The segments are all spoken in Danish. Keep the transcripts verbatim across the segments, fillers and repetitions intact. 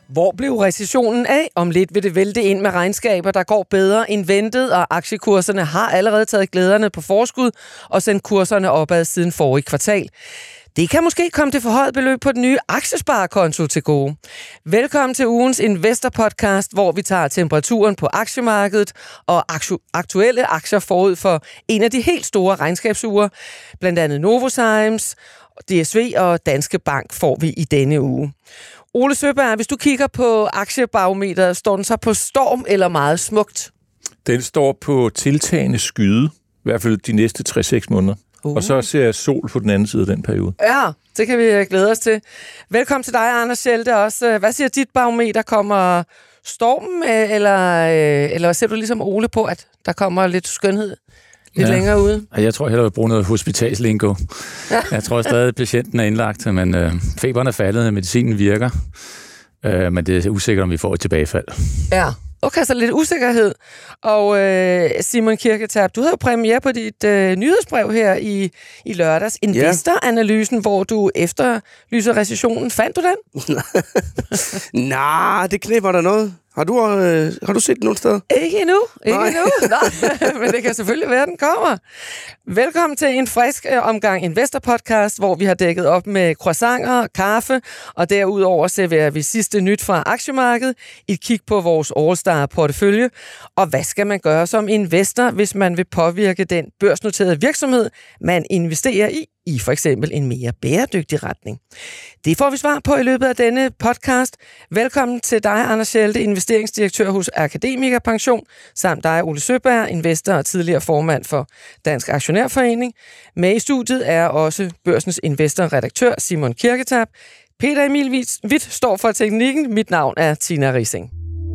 Hvor blev recessionen af? Om lidt vil det vælte ind med regnskaber, der går bedre end ventet, og aktiekurserne har allerede taget glæderne på forskud og sendt kurserne opad siden forrige kvartal. Det kan måske komme til forhøjet beløb på den nye aktiesparekonto til gode. Velkommen til ugens Investor-podcast, hvor vi tager temperaturen på aktiemarkedet og aktuelle aktier forud for en af de helt store regnskabsuger. Blandt andet Novozymes, D S V og Danske Bank får vi i denne uge. Ole Søberg, hvis du kigger på aktiebarometeret, står den så på storm eller meget smukt? Den står på tiltagende skyde, i hvert fald de næste tre til seks måneder. Uh. Og så ser jeg sol på den anden side af den periode. Ja, det kan vi glæde os til. Velkommen til dig, Anders Schelte, også. Hvad siger dit barometer? Kommer stormen, eller, eller ser du ligesom Ole på, at der kommer lidt skønhed lidt ja. længere ude? Jeg tror hellere, at bruge noget hospitalslingo. Ja. Jeg tror stadig, at patienten er indlagt, men øh, feberen er faldet, medicinen virker, øh, men det er usikkert, om vi får et tilbagefald. Ja. Okay, så lidt usikkerhed. Og øh, Simon Kirketab, du havde jo premiere på dit øh, nyhedsbrev her i, i lørdags. Investoranalysen, hvor du efterlyser recessionen. Fandt du den? Nej, det knæber der noget. Har du, øh, har du set den nogen steder? Ikke endnu. Ikke Nej. endnu. Nej, men det kan selvfølgelig være, den kommer. Velkommen til en frisk øh, omgang Investor-podcast, hvor vi har dækket op med croissanter, kaffe, og derudover serverer vi sidste nyt fra aktiemarkedet, et kig på vores All-Star-portefølje, og hvad skal man gøre som investor, hvis man vil påvirke den børsnoterede virksomhed, man investerer i, i for eksempel en mere bæredygtig retning. Det får vi svar på i løbet af denne podcast. Velkommen til dig, Anders Schelte, investeringsdirektør hos Akademiker Pension, samt dig, Ole Søberg, investor og tidligere formand for Dansk Aktionærforening. Med i studiet er også Børsens investorredaktør Simon Kirketab. Peter Emil Hvidt står for teknikken. Mit navn er Tina Rising.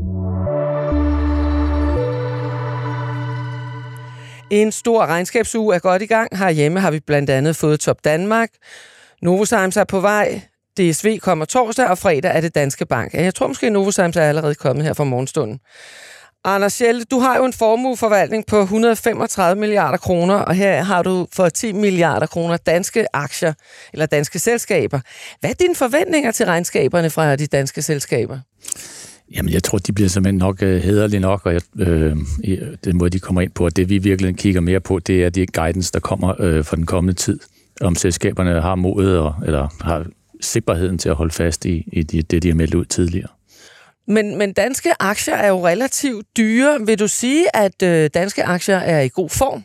En stor regnskabsuge er godt i gang. Herhjemme har vi blandt andet fået Top Danmark. Novozymes er på vej. D S V kommer torsdag, og fredag er det Danske Bank. Jeg tror måske, Novozymes er allerede kommet her fra morgenstunden. Anders Schelte, du har jo en formueforvaltning på et hundrede og femogtredive milliarder kroner, og her har du for ti milliarder kroner danske aktier, eller danske selskaber. Hvad er dine forventninger til regnskaberne fra de danske selskaber? Jamen, jeg tror, de bliver simpelthen nok øh, hæderlige nok, og jeg, øh, den måde, de kommer ind på, og det vi virkelig kigger mere på, det er de guidance, der kommer øh, for den kommende tid, om selskaberne har modet, og, eller har sikkerheden til at holde fast i, i det, det, de har meldt ud tidligere. Men, men danske aktier er jo relativt dyre. Vil du sige, at øh, danske aktier er i god form?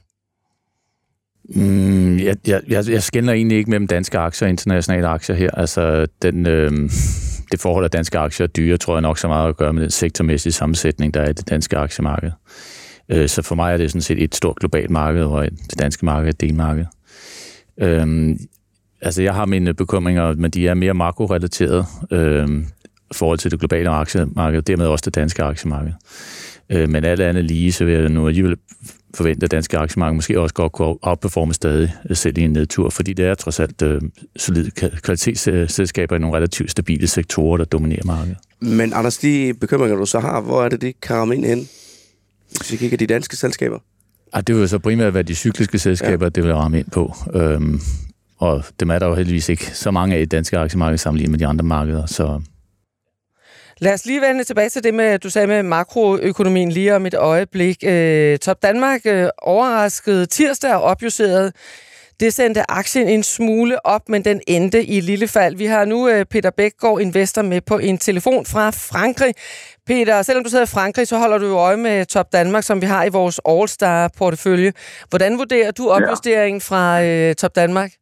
Mm, jeg, jeg, jeg skelner egentlig ikke mellem danske aktier og internationale aktier her. Altså, den... Øh, Det forhold, at danske aktier er dyre, tror jeg nok så meget at gøre med den sektormæssige sammensætning, der er i det danske aktiemarked. Så for mig er det sådan set et stort globalt marked, og det danske marked er et delmarked. Øhm, altså, jeg har mine bekymringer, men de er mere makrorelateret øhm, i forhold til det globale aktiemarked, dermed også det danske aktiemarked. Øh, men alt andet lige, så vil jeg nu alligevel forvente, at danske aktiemarked måske også godt kunne opperforme stadig selv i en nedtur, fordi det er trods alt øh, solide kvalitetsselskaber i nogle relativt stabile sektorer, der dominerer markedet. Men Anders, de bekymringer, du så har, hvor er det, de kan ramme ind hen, hvis vi kigger de danske selskaber? Ah, det vil jo så primært være de cykliske selskaber, ja. Det vil ramme ind på. Øhm, og dem er der jo heldigvis ikke så mange af i danske aktiemarked sammenlignet med de andre markeder, så... Lad os lige vende tilbage til det, med, du sagde med makroøkonomien lige om et øjeblik. Øh, Top Danmark øh, overraskede tirsdag og opjusteret. Det sendte aktien en smule op, men den endte i lille fald. Vi har nu øh, Peter Bækgaard, investor, med på en telefon fra Frankrig. Peter, selvom du sidder i Frankrig, så holder du jo øje med Top Danmark, som vi har i vores All-Star-portefølje. Hvordan vurderer du opjusteringen fra øh, Top Danmark?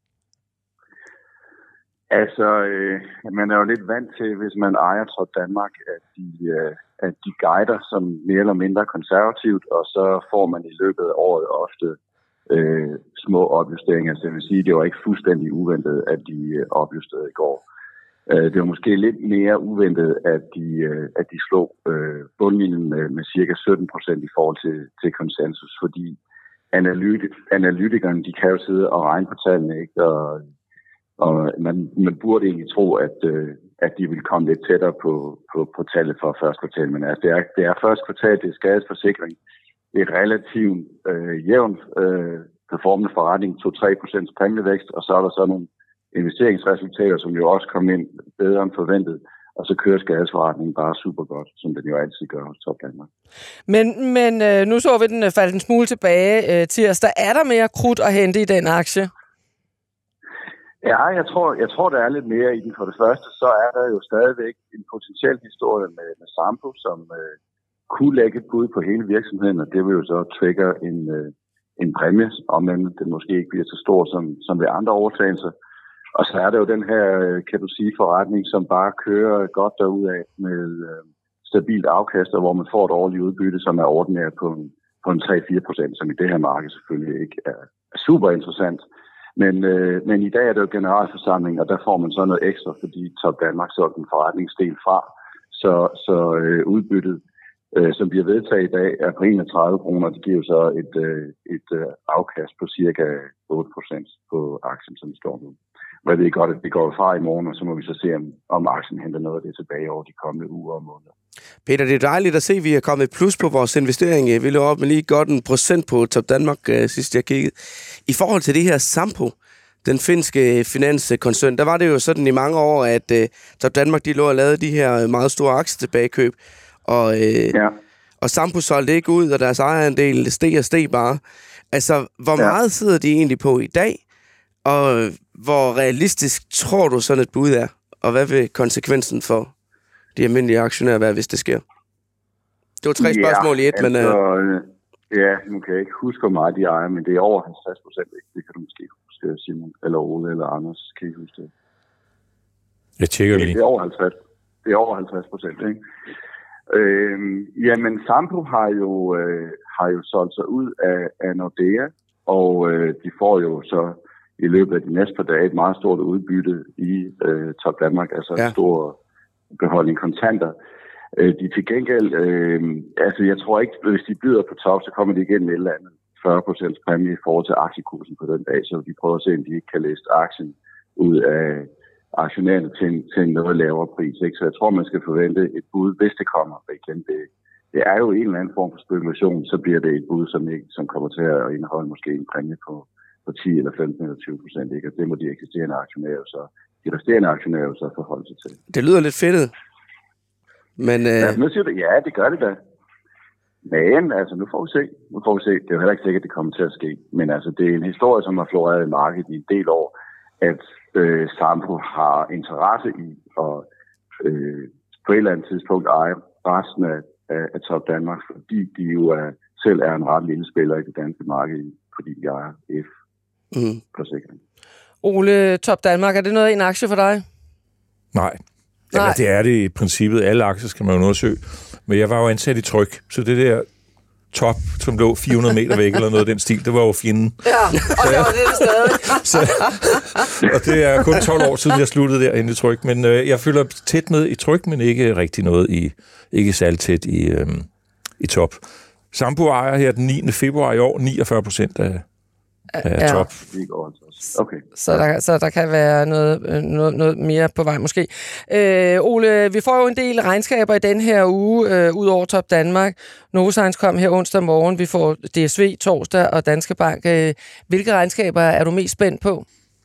Altså, øh, man er jo lidt vant til, hvis man ejer Top Danmark, at de, øh, at de guider som mere eller mindre konservativt, og så får man i løbet af året ofte øh, små opjusteringer. Så jeg vil sige, det var ikke fuldstændig uventet, at de øh, opjusterede i går. Øh, det var måske lidt mere uventet, at de, øh, at de slog øh, bundlinjen med, med cirka sytten procent i forhold til, til konsensus, fordi analytik- analytikerne, de kan jo sidde og regne på tallene, ikke? Og Og man, man burde egentlig tro, at, øh, at de vil komme lidt tættere på, på, på tallet for første kvartal. Men altså, det er, det er første kvartal, det er skadesforsikring. Det er relativt øh, jævnt øh, performende forretning, to til tre procent præmievækst, og så er der så nogle investeringsresultater, som jo også kom ind bedre end forventet. og så kører skadesforretningen bare super godt, som den jo altid gør hos Top Danmark. Men, men øh, nu så vi den øh, faldt en smule tilbage øh, tirsdag. Er der mere krudt at hente i den aktie? Ja, jeg tror, jeg tror, der er lidt mere i den. For det første, så er der jo stadigvæk en potentiel historie med, med Sampo, som øh, kunne lægge et bud på hele virksomheden, og det vil jo så trigge en, øh, en præmie, om den måske ikke bliver så stor som, som ved andre overtagelser. Og så er der jo den her, kan du sige, forretning, som bare kører godt derudad med øh, stabilt afkast, hvor man får et årligt udbytte, som er ordinært på en, på en tre til fire procent, som i det her marked selvfølgelig ikke er, er super interessant. Men, øh, men i dag er det jo generalforsamling, og der får man så noget ekstra, fordi Top Danmark solgte en forretningsdel fra. Så, så øh, udbyttet, øh, som bliver vedtaget i dag, er på enogtredive kroner. Det giver jo så et, øh, et øh, afkast på cirka otte procent på aktien, som står nu. Og jeg ved godt, at det går fra i morgen, og så må vi så se, om, om aktien henter noget af det tilbage over de kommende uger og måneder. Peter, det er dejligt at se, at vi er kommet plus på vores investering. Vi lå op med lige godt en procent på Top Danmark, øh, sidst jeg kiggede. I forhold til det her Sampo, den finske finanskoncern, der var det jo sådan i mange år, at øh, Top Danmark de lå og lavede de her meget store aktietilbagekøb, og, øh, ja. og Sampo solgte ikke ud, og deres ejerandel steg og steg bare. Altså, hvor ja. meget sidder de egentlig på i dag, og hvor realistisk tror du sådan et bud er, og hvad vil konsekvensen for de almindelige aktionærer være, hvis det sker? Det var tre ja, spørgsmål i et, altså, men... Øh... Ja, nu kan jeg ikke huske, hvor meget de ejer, men det er over halvtreds procent. Det kan du måske huske, Simon, eller Ole, eller Anders. Kan I huske det? Jeg tjekker lige. Det er over halvtreds. Det er over halvtreds procent, ikke? Øhm, jamen, Sampo har jo, øh, har jo solgt sig ud af, af Nordea, og øh, de får jo så i løbet af de næste par dage et meget stort udbytte i øh, Top Danmark, altså ja. en stor beholdning kontanter. De til gengæld, øh, altså jeg tror ikke, hvis de byder på top, så kommer de igen med et eller andet fyrre procent præmie i forhold til aktiekursen på den dag, så de prøver at se, om de ikke kan læse aktien ud af aktionærerne til en, til en noget lavere pris. Ikke? Så jeg tror, man skal forvente et bud, hvis det kommer. Igen, det, det er jo en eller anden form for spekulation, så bliver det et bud, som, ikke, som kommer til at indeholde måske en præmie på, på ti eller femten eller tyve procent. Ikke? Og det må de eksisterende aktionærer så, de resterende aktionærer så forholde sig til. Det lyder lidt fedtet. Men, øh... ja, nu siger du, ja, det gør det da. Men, altså, nu får vi se. Nu får vi se. Det er jo heller ikke sikkert, at det kommer til at ske. Men altså, det er en historie, som har floreret i markedet i en del år, at øh, Sampo har interesse i at øh, på et eller andet tidspunkt eje resten af, af, af Top Danmark, fordi de jo er, selv er en ret lille spiller i det danske marked, fordi de ejer F-forsikring. Mm. Ole, Top Danmark, er det noget en aktie for dig? Nej. Eller det er det i princippet. Alle aktier skal man jo undersøge. Men jeg var jo ansat i Tryg, så det der top, som lå fire hundrede meter væk, eller noget af den stil, det var jo fjenden. Ja, og det var det stadig. så, og det er kun tolv år siden, jeg sluttede derinde i Tryg. Men øh, jeg følger tæt med i Tryg, men ikke rigtig noget i, ikke særlig tæt i, øh, i top. Sampo ejer her den niende februar i år niogfyrre procent af, af ja. top. Okay. Så, der, så der kan være noget, noget, noget mere på vej måske. Øh, Ole, vi får jo en del regnskaber i den her uge, øh, ud over Top Danmark. Novozymes kom her onsdag morgen. Vi får D S V torsdag og Danske Bank. Øh, hvilke regnskaber er du mest spændt på?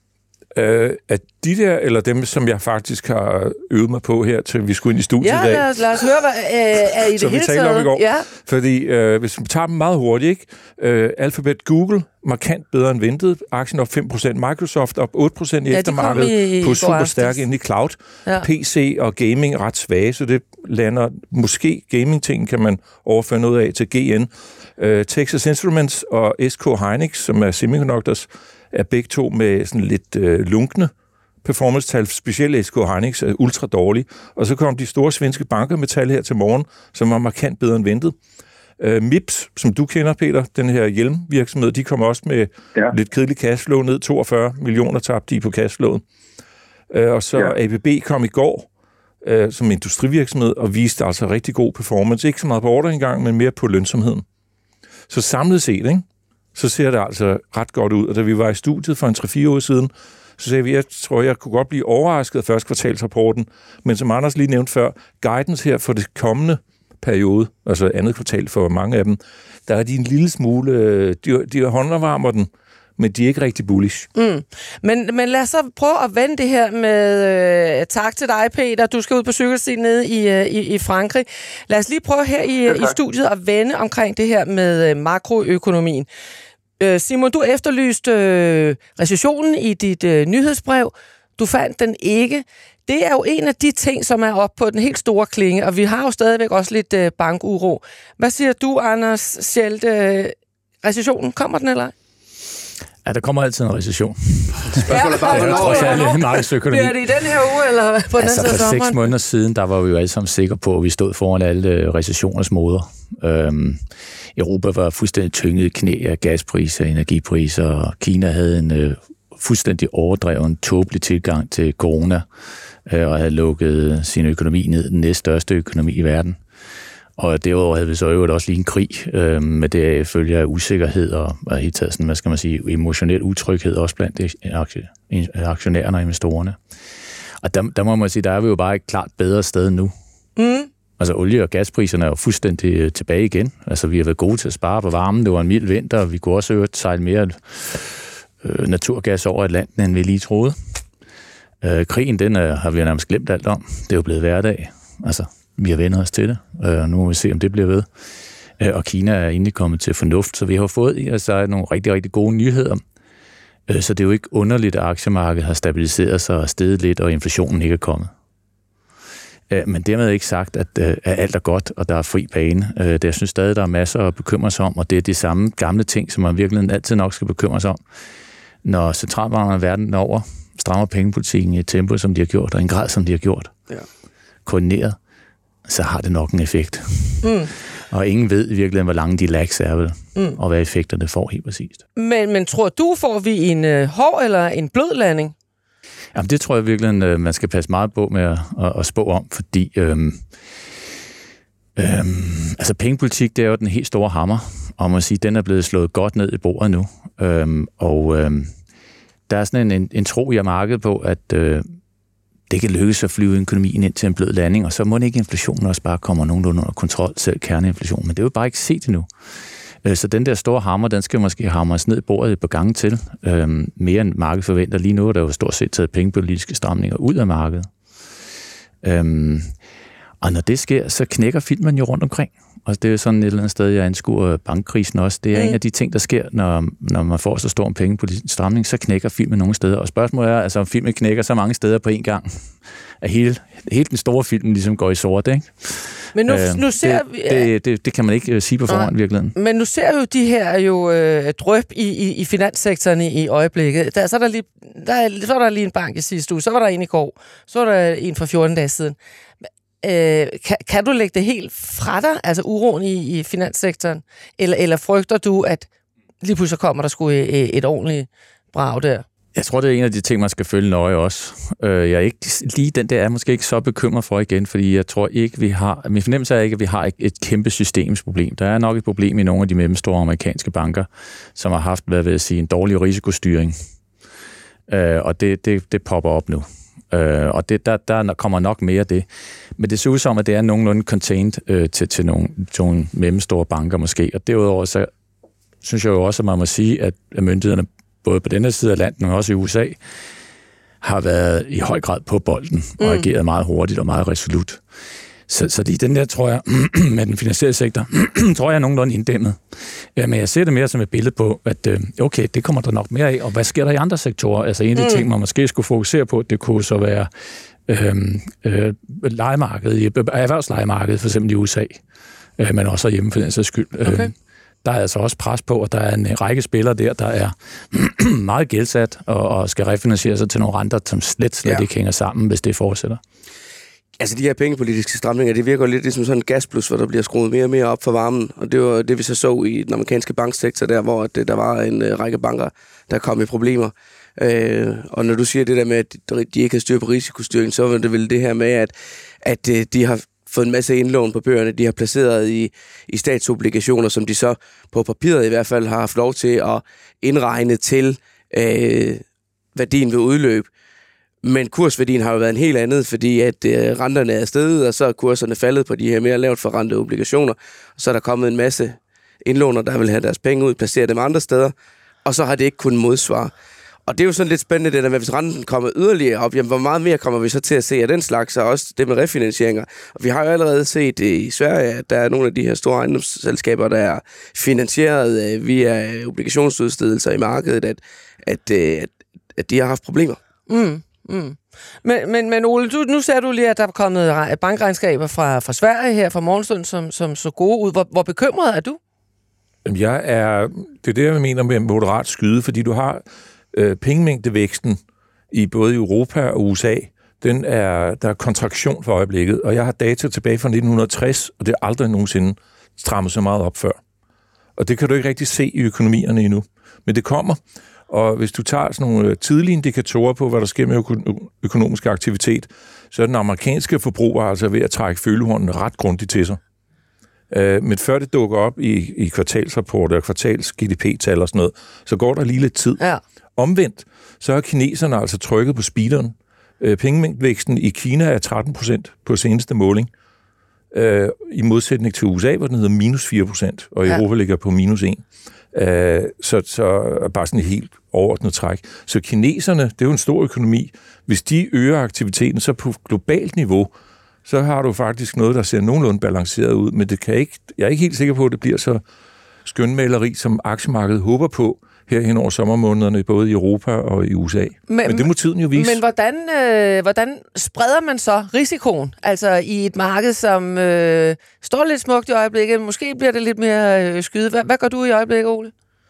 Øh, at de der, eller dem, som jeg faktisk har øvet mig på her, til vi skulle ind i studiet ja, i dag. Ja, lad os, lad os høre, hvad øh, er i det som hele vi talte om i går. Ja. Fordi øh, hvis vi tager dem meget hurtigt, ikke? Øh, Alphabet, Google, markant bedre end ventet. Aktien op fem procent. Microsoft op otte procent i ja, eftermarkedet. På super stærk ind i cloud. Ja. P C og gaming ret svage, så det lander måske gaming-ting, kan man overføre noget af til G N. Øh, Texas Instruments og S K Hynix, som er semiconductors, er begge to med sådan lidt øh, lunkne performance-tal. Specielt S K Hynix er ultra dårlig. Og så kom de store svenske banker med tal her til morgen, som var markant bedre end ventet. Uh, Mips, som du kender, Peter, den her hjelmvirksomhed, de kom også med ja. lidt kedelig cashflow ned. toogfyrre millioner tabte de på cashflowet. Uh, og så ja. A B B kom i går uh, som industrivirksomhed og viste altså rigtig god performance. Ikke så meget på ordreindgang, men mere på lønsomheden. Så samlet set, ikke? Så ser det altså ret godt ud. Og da vi var i studiet for en tre fire uger siden, så sagde vi, at jeg tror, jeg kunne godt blive overrasket af første kvartalsrapporten. Men som Anders lige nævnte før, guidance her for det kommende periode, altså andet kvartal for mange af dem, der er de en lille smule, de, de håndvarmer den men de er ikke rigtig bullish. Mm. Men, men lad os så prøve at vende det her med øh, tak til dig, Peter. Du skal ud på cykelstien nede i, øh, i, i Frankrig. Lad os lige prøve her i, ja, i studiet at vende omkring det her med øh, makroøkonomien. Øh, Simon, du efterlyste øh, recessionen i dit øh, nyhedsbrev. Du fandt den ikke. Det er jo en af de ting, som er oppe på den helt store klinge, og vi har jo stadigvæk også lidt øh, bankuro. Hvad siger du, Anders Schelt? Øh, recessionen, kommer den eller? Ja, der kommer altid en recession. Spørgsmålet er bare, hvornår? hvornår? Trods alt markedsøkonomi. Bliver det i den her uge, eller på den altså, anden side af sommeren? For seks måneder siden, der var vi jo alle sammen sikre på, at vi stod foran alle recessioners moder. Øhm, Europa var fuldstændig tynget i knæ af gaspriser, energipriser, og Kina havde en øh, fuldstændig overdreven, tåbelig tilgang til corona, øh, og havde lukket sin økonomi ned, den næststørste økonomi i verden. Og derudover havde vi så jo også lige en krig, øh, med det følger af usikkerhed og, og helt taget sådan, hvad skal man sige, emotionel utryghed også blandt aktionærerne og investorerne. Og der, der må man sige, der er vi jo bare et klart bedre sted nu. Mm. Altså olie- og gaspriserne er jo fuldstændig tilbage igen. Altså vi har været gode til at spare på varmen, det var en mild vinter, og vi kunne også øvrigt sejle mere øh, naturgas over Atlanten, end vi lige troede. Øh, krigen, den er, har vi jo nærmest glemt alt om. Det er jo blevet hverdag. Altså, vi har vendt os til det. Øh, nu må vi se, om det bliver ved. Øh, og Kina er egentlig kommet til fornuft, så vi har fået altså, nogle rigtig, rigtig gode nyheder. Øh, så det er jo ikke underligt, at aktiemarkedet har stabiliseret sig og steget lidt, og inflationen ikke er kommet. Øh, men dermed ikke sagt, at, øh, at alt er godt, og der er fri bane. Øh, det, jeg synes stadig, der er masser at bekymre sig om, og det er de samme gamle ting, som man virkelig altid nok skal bekymre sig om. Når centralbankerne verden over strammer pengepolitikken i et tempo, som de har gjort, og en grad, som de har gjort, ja. koordineret, så har det nok en effekt. Mm. Og ingen ved i virkeligheden, hvor lange de lags er, vel, mm. og hvad effekterne får helt præcist. Men, men tror du, får vi en øh, hård eller en blød landing? Jamen, det tror jeg virkelig, øh, man skal passe meget på med at, at, at spå om, fordi øhm, øhm, altså pengepolitik, det er jo den helt store hammer, og man sige, den er blevet slået godt ned i bordet nu. Øhm, og øhm, der er sådan en, en, en tro i markedet på, at øh, det kan lykkes at flyve økonomien ind til en blød landing, og så må ikke inflationen også bare komme nogenlunde under kontrol, selv kerneinflation. Men det er jo bare ikke set endnu. Så den der store hammer, den skal måske hamres ned i bordet på gange til. Øhm, mere end markedet forventer. Lige nu er der jo stort set taget pengepolitiske stramninger ud af markedet. Øhm, og når det sker, så knækker filmen jo rundt omkring. Og det er jo sådan et eller andet sted, jeg anskuer bankkrisen også. Det er mm. en af de ting, der sker, når, når man får så stor en pengepolitisk stramning, så knækker filmen nogle steder. Og spørgsmålet er, altså om filmen knækker så mange steder på én gang, at hele, hele den store film ligesom går i sort, ikke? Men nu, nu ser det, vi... Det, det, det kan man ikke sige på forhånd, virkeligheden. Men nu ser vi jo de her jo øh, drøb i, i, i finanssektoren i, i øjeblikket. Der, så, er der lige, der, så er der lige en bank i sidste uge, så var der en i går, så var der en for fjorten dage siden. Øh, kan, kan du lægge det helt fra dig, altså uroen i, i finanssektoren? Eller, eller frygter du, at lige pludselig kommer der sgu et, et ordentligt brag der? Jeg tror, det er en af de ting, man skal følge nøje også. Jeg er ikke, lige den der er måske ikke så bekymret for igen, fordi jeg tror ikke, vi har... Min fornemmelse er ikke, at vi har et, et kæmpe systemsproblem. Der er nok et problem i nogle af de mellemstore amerikanske banker, som har haft, hvad vil jeg sige, en dårlig risikostyring. Og det, det, det popper op nu. Og det, der, der kommer nok mere af det. Men det ser ud som, at det er nogenlunde contained til, til, nogle, til nogle mellemstore banker måske. Og derudover så synes jeg jo også, at man må sige, at myndighederne både på denne side af landet, men også i U S A, har været i høj grad på bolden og mm. ageret meget hurtigt og meget resolut. Så, så lige den der, tror jeg, med den finansielle sektor, tror jeg er nogenlunde inddæmmet. Ja, men jeg ser det mere som et billede på, at okay, det kommer der nok mere af, og hvad sker der i andre sektorer? Altså en af de mm. ting, man måske skulle fokusere på, det kunne så være øh, øh, lejemarkedet, erhvervslejemarkedet, for eksempel i U S A, øh, men også hjemme for den sags skyld. Okay. Der er altså også pres på, og der er en række spillere der, der er meget gældsat og, og skal refinansiere sig til nogle renter, som slet, slet ja. ikke hænger sammen, hvis det fortsætter. Altså de her pengepolitiske stramninger, det virker lidt ligesom sådan en gasplus, hvor der bliver skruet mere og mere op for varmen. Og det var det, vi så så i den amerikanske banksektor der, hvor det, der var en uh, række banker, der kom i problemer. Uh, og når du siger det der med, at de ikke har styr på risikostyring, så var det vel det her med, at, at uh, de har fået en masse indlån på bøgerne, de har placeret i, i statsobligationer, som de så på papiret i hvert fald har haft lov til at indregne til øh, værdien ved udløb. Men kursværdien har jo været en helt andet, fordi at øh, renterne er steget, og så er kurserne faldet på de her mere lavt forrentede obligationer. Og så er der kommet en masse indlåner, der vil have deres penge ud, placere dem andre steder, og så har det ikke kunnet modsvare. Og det er jo sådan lidt spændende, det der med, hvis renten kommer yderligere op, jamen hvor meget mere kommer vi så til at se af den slags, og også det med refinansieringer. Og vi har jo allerede set i Sverige, at der er nogle af de her store ejendomsselskaber, der er finansieret via obligationsudstedelser i markedet, at, at, at, at de har haft problemer. Mm, mm. Men, men, men Ole, du, nu ser du lige, at der er kommet bankregnskaber fra, fra Sverige her fra morgenstunden, som, som så gode ud. Hvor, hvor bekymret er du? Jeg er, det er det, jeg mener med moderat skyde, fordi du har øh, pengemængdevæksten i både Europa og U S A. Den er, der er kontraktion for øjeblikket, og jeg har data tilbage fra nitten tres, og det er aldrig nogensinde strammet så meget op før. Og det kan du ikke rigtig se i økonomierne endnu. Men det kommer, og hvis du tager sådan nogle tidlige indikatorer på, hvad der sker med øko- økonomisk aktivitet, så er den amerikanske forbruger altså ved at trække følehornene ret grundigt til sig. Men før det dukker op i, i kvartalsrapporter, kvartals G D P-tal og sådan noget, så går der lige lidt tid. Ja. Omvendt, så har kineserne altså trykket på speederen. Pengemængdevæksten i Kina er tretten procent på seneste måling, i modsætning til U S A, hvor den hedder minus fire procent, og Europa ja. ligger på minus en. Så, så bare sådan et helt overordnet træk. Så kineserne, det er jo en stor økonomi. Hvis de øger aktiviteten, så på globalt niveau, så har du faktisk noget, der ser nogenlunde balanceret ud, men det kan ikke, jeg er ikke helt sikker på, at det bliver så skønmaleri, som aktiemarkedet håber på her hen over sommermånederne, både i Europa og i U S A. Men, men det må tiden jo vise. Men hvordan, øh, hvordan spreder man så risikoen? Altså i et marked, som øh, står lidt smukt i øjeblikket, måske bliver det lidt mere øh, skyde. Hvad, hvad gør du i øjeblikket, Ole?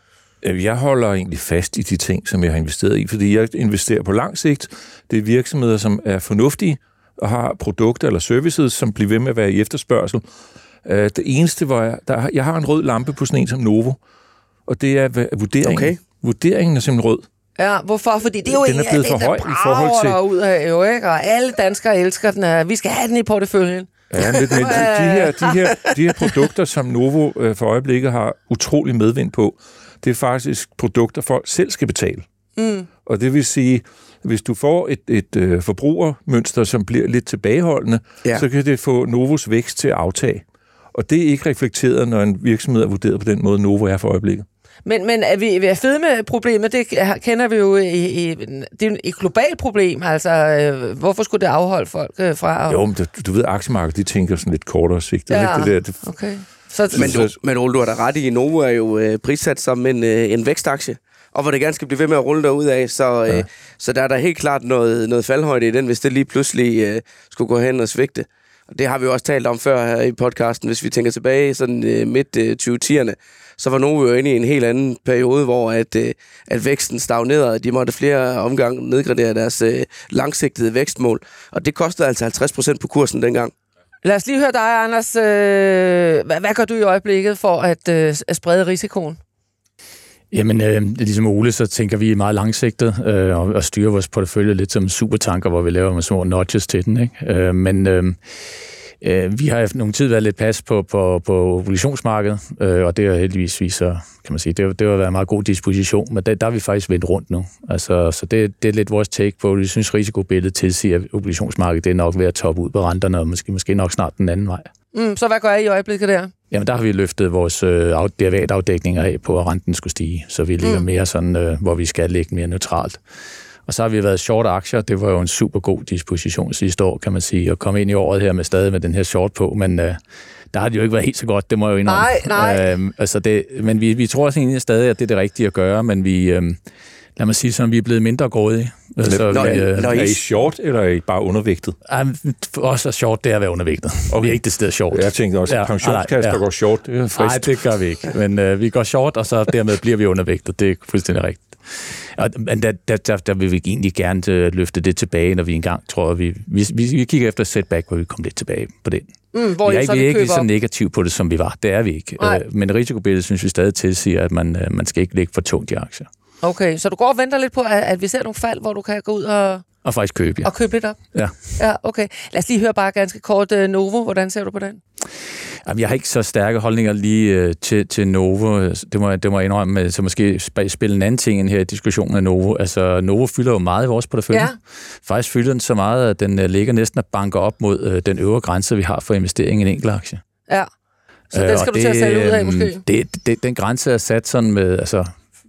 Jeg holder egentlig fast i de ting, som jeg har investeret i, fordi jeg investerer på lang sigt. Det er virksomheder, som er fornuftige, og har produkter eller services, som bliver ved med at være i efterspørgsel. Det eneste, hvor jeg, der, jeg har en rød lampe på sådan en som Novo, og det er vurderingen. Okay. Vurderingen er simpelthen rød. Ja, hvorfor? Fordi det er jo den er blevet for høj i forhold til... ud af, jo, ikke? Og alle danskere elsker den. Vi skal have den i porteføljen. Ja, men, men de, de, her, de, her, de her produkter, som Novo øh, for øjeblikket har utrolig medvind på, det er faktisk produkter, folk selv skal betale. Mm. Og det vil sige, hvis du får et, et øh, forbrugermønster, som bliver lidt tilbageholdende, ja. så kan det få Novos vækst til at aftage. Og det er ikke reflekteret, når en virksomhed er vurderet på den måde, Novo er for øjeblikket. Men, men er vi er fede med problemet? Det kender vi jo i, i det er et globalt problem. Altså, øh, hvorfor skulle det afholde folk øh, fra? At... Jo, men du, du ved, aktiemarkedet, de tænker sådan lidt kortere sigt. Det ja, ikke det der, det... okay. Så, men, du, men Ole, du har da ret i, Novo er jo øh, prissat som en, øh, en vækstaktie, og hvor det gerne skal blive ved med at rulle derud af, så, øh, ja. så der er der helt klart noget, noget faldhøjde i den, hvis det lige pludselig øh, skulle gå hen og svigte. Og det har vi jo også talt om før her i podcasten, hvis vi tænker tilbage sådan øh, midt øh, tyve tierne, så var Novo jo inde i en helt anden periode, hvor at, øh, at væksten stagnerede, de måtte flere omgange nedgradere deres øh, langsigtede vækstmål, og det kostede altså halvtreds procent på kursen dengang. Lad os lige høre dig, Anders. Øh, hvad, hvad gør du i øjeblikket for at, øh, at sprede risikoen? Jamen, øh, ligesom Ole, så tænker vi meget langsigtet øh, og, og styrer vores portefølje lidt som supertanker, hvor vi laver med små notches til den. Ikke? Øh, men øh, øh, vi har efter nogle tid været lidt pas på, på, på obligationsmarkedet, øh, og det har heldigvis vist sig, kan man sige, det, det har været en meget god disposition, men der, der er vi faktisk vendt rundt nu. Altså, så det, det er lidt vores take på, vi synes risikobilledet tilsiger, at obligationsmarkedet det er nok ved at toppe ud på renterne, og måske, måske nok snart den anden vej. Mm, så hvad gør I i øjeblikket der? Jamen, der har vi løftet vores øh, derivatafdækninger af på, at renten skulle stige, så vi ligger mm. mere sådan, øh, hvor vi skal ligge mere neutralt. Og så har vi været short aktier. Det var jo en super god disposition sidste år, kan man sige, at komme ind i året her med stadig med den her short på, men øh, der har det jo ikke været helt så godt, det må jeg jo indrømme. Nej, nej. Øh, altså det, men vi, vi tror også egentlig stadig, at det er det rigtige at gøre, men vi... Øh, Lad mig sige, som vi er blevet mindre grådige. Så Nå, vi, øh, er I short, eller er I bare undervægtet? Også short, det er at være undervægtet. Okay. Vi er ikke det sted short. Jeg tænkte også, at ja, pensionskasser ja. går short. Det er frist. Nej, det gør vi ikke. Men øh, vi går short, og så dermed bliver vi undervægtet. Det er fuldstændig rigtigt. Og, men der, der, der, der vil vi egentlig gerne løfte det tilbage, når vi engang tror, at vi, vi, vi, vi kigger efter setback, hvor vi kommer lidt tilbage på den. Mm, hvor vi er, I så vi er ikke lige så op. negativ på det, som vi var. Det er vi ikke. Øh, men risikobilledet synes vi stadig tilsiger, at man, øh, man skal ikke lægge for tungt i aktier. Okay, så du går og venter lidt på, at, at vi ser nogle fald, hvor du kan gå ud og... Og faktisk købe, ja. Og købe lidt op? Ja. Ja, okay. Lad os lige høre bare ganske kort uh, Novo. Hvordan ser du på den? Jamen, jeg har ikke så stærke holdninger lige uh, til, til Novo. Det må, det må jeg indrømme. Så måske spille en anden ting end her i diskussionen af Novo. Altså, Novo fylder jo meget i vores portefølje. Ja. Faktisk fylder den så meget, at den uh, ligger næsten at banke op mod uh, den øvre grænse, vi har for investering i en enkelt aktie. Ja. Så den skal uh, du det, til at sælge ud af, måske? Det, det, den grænse er sat sådan med... Altså,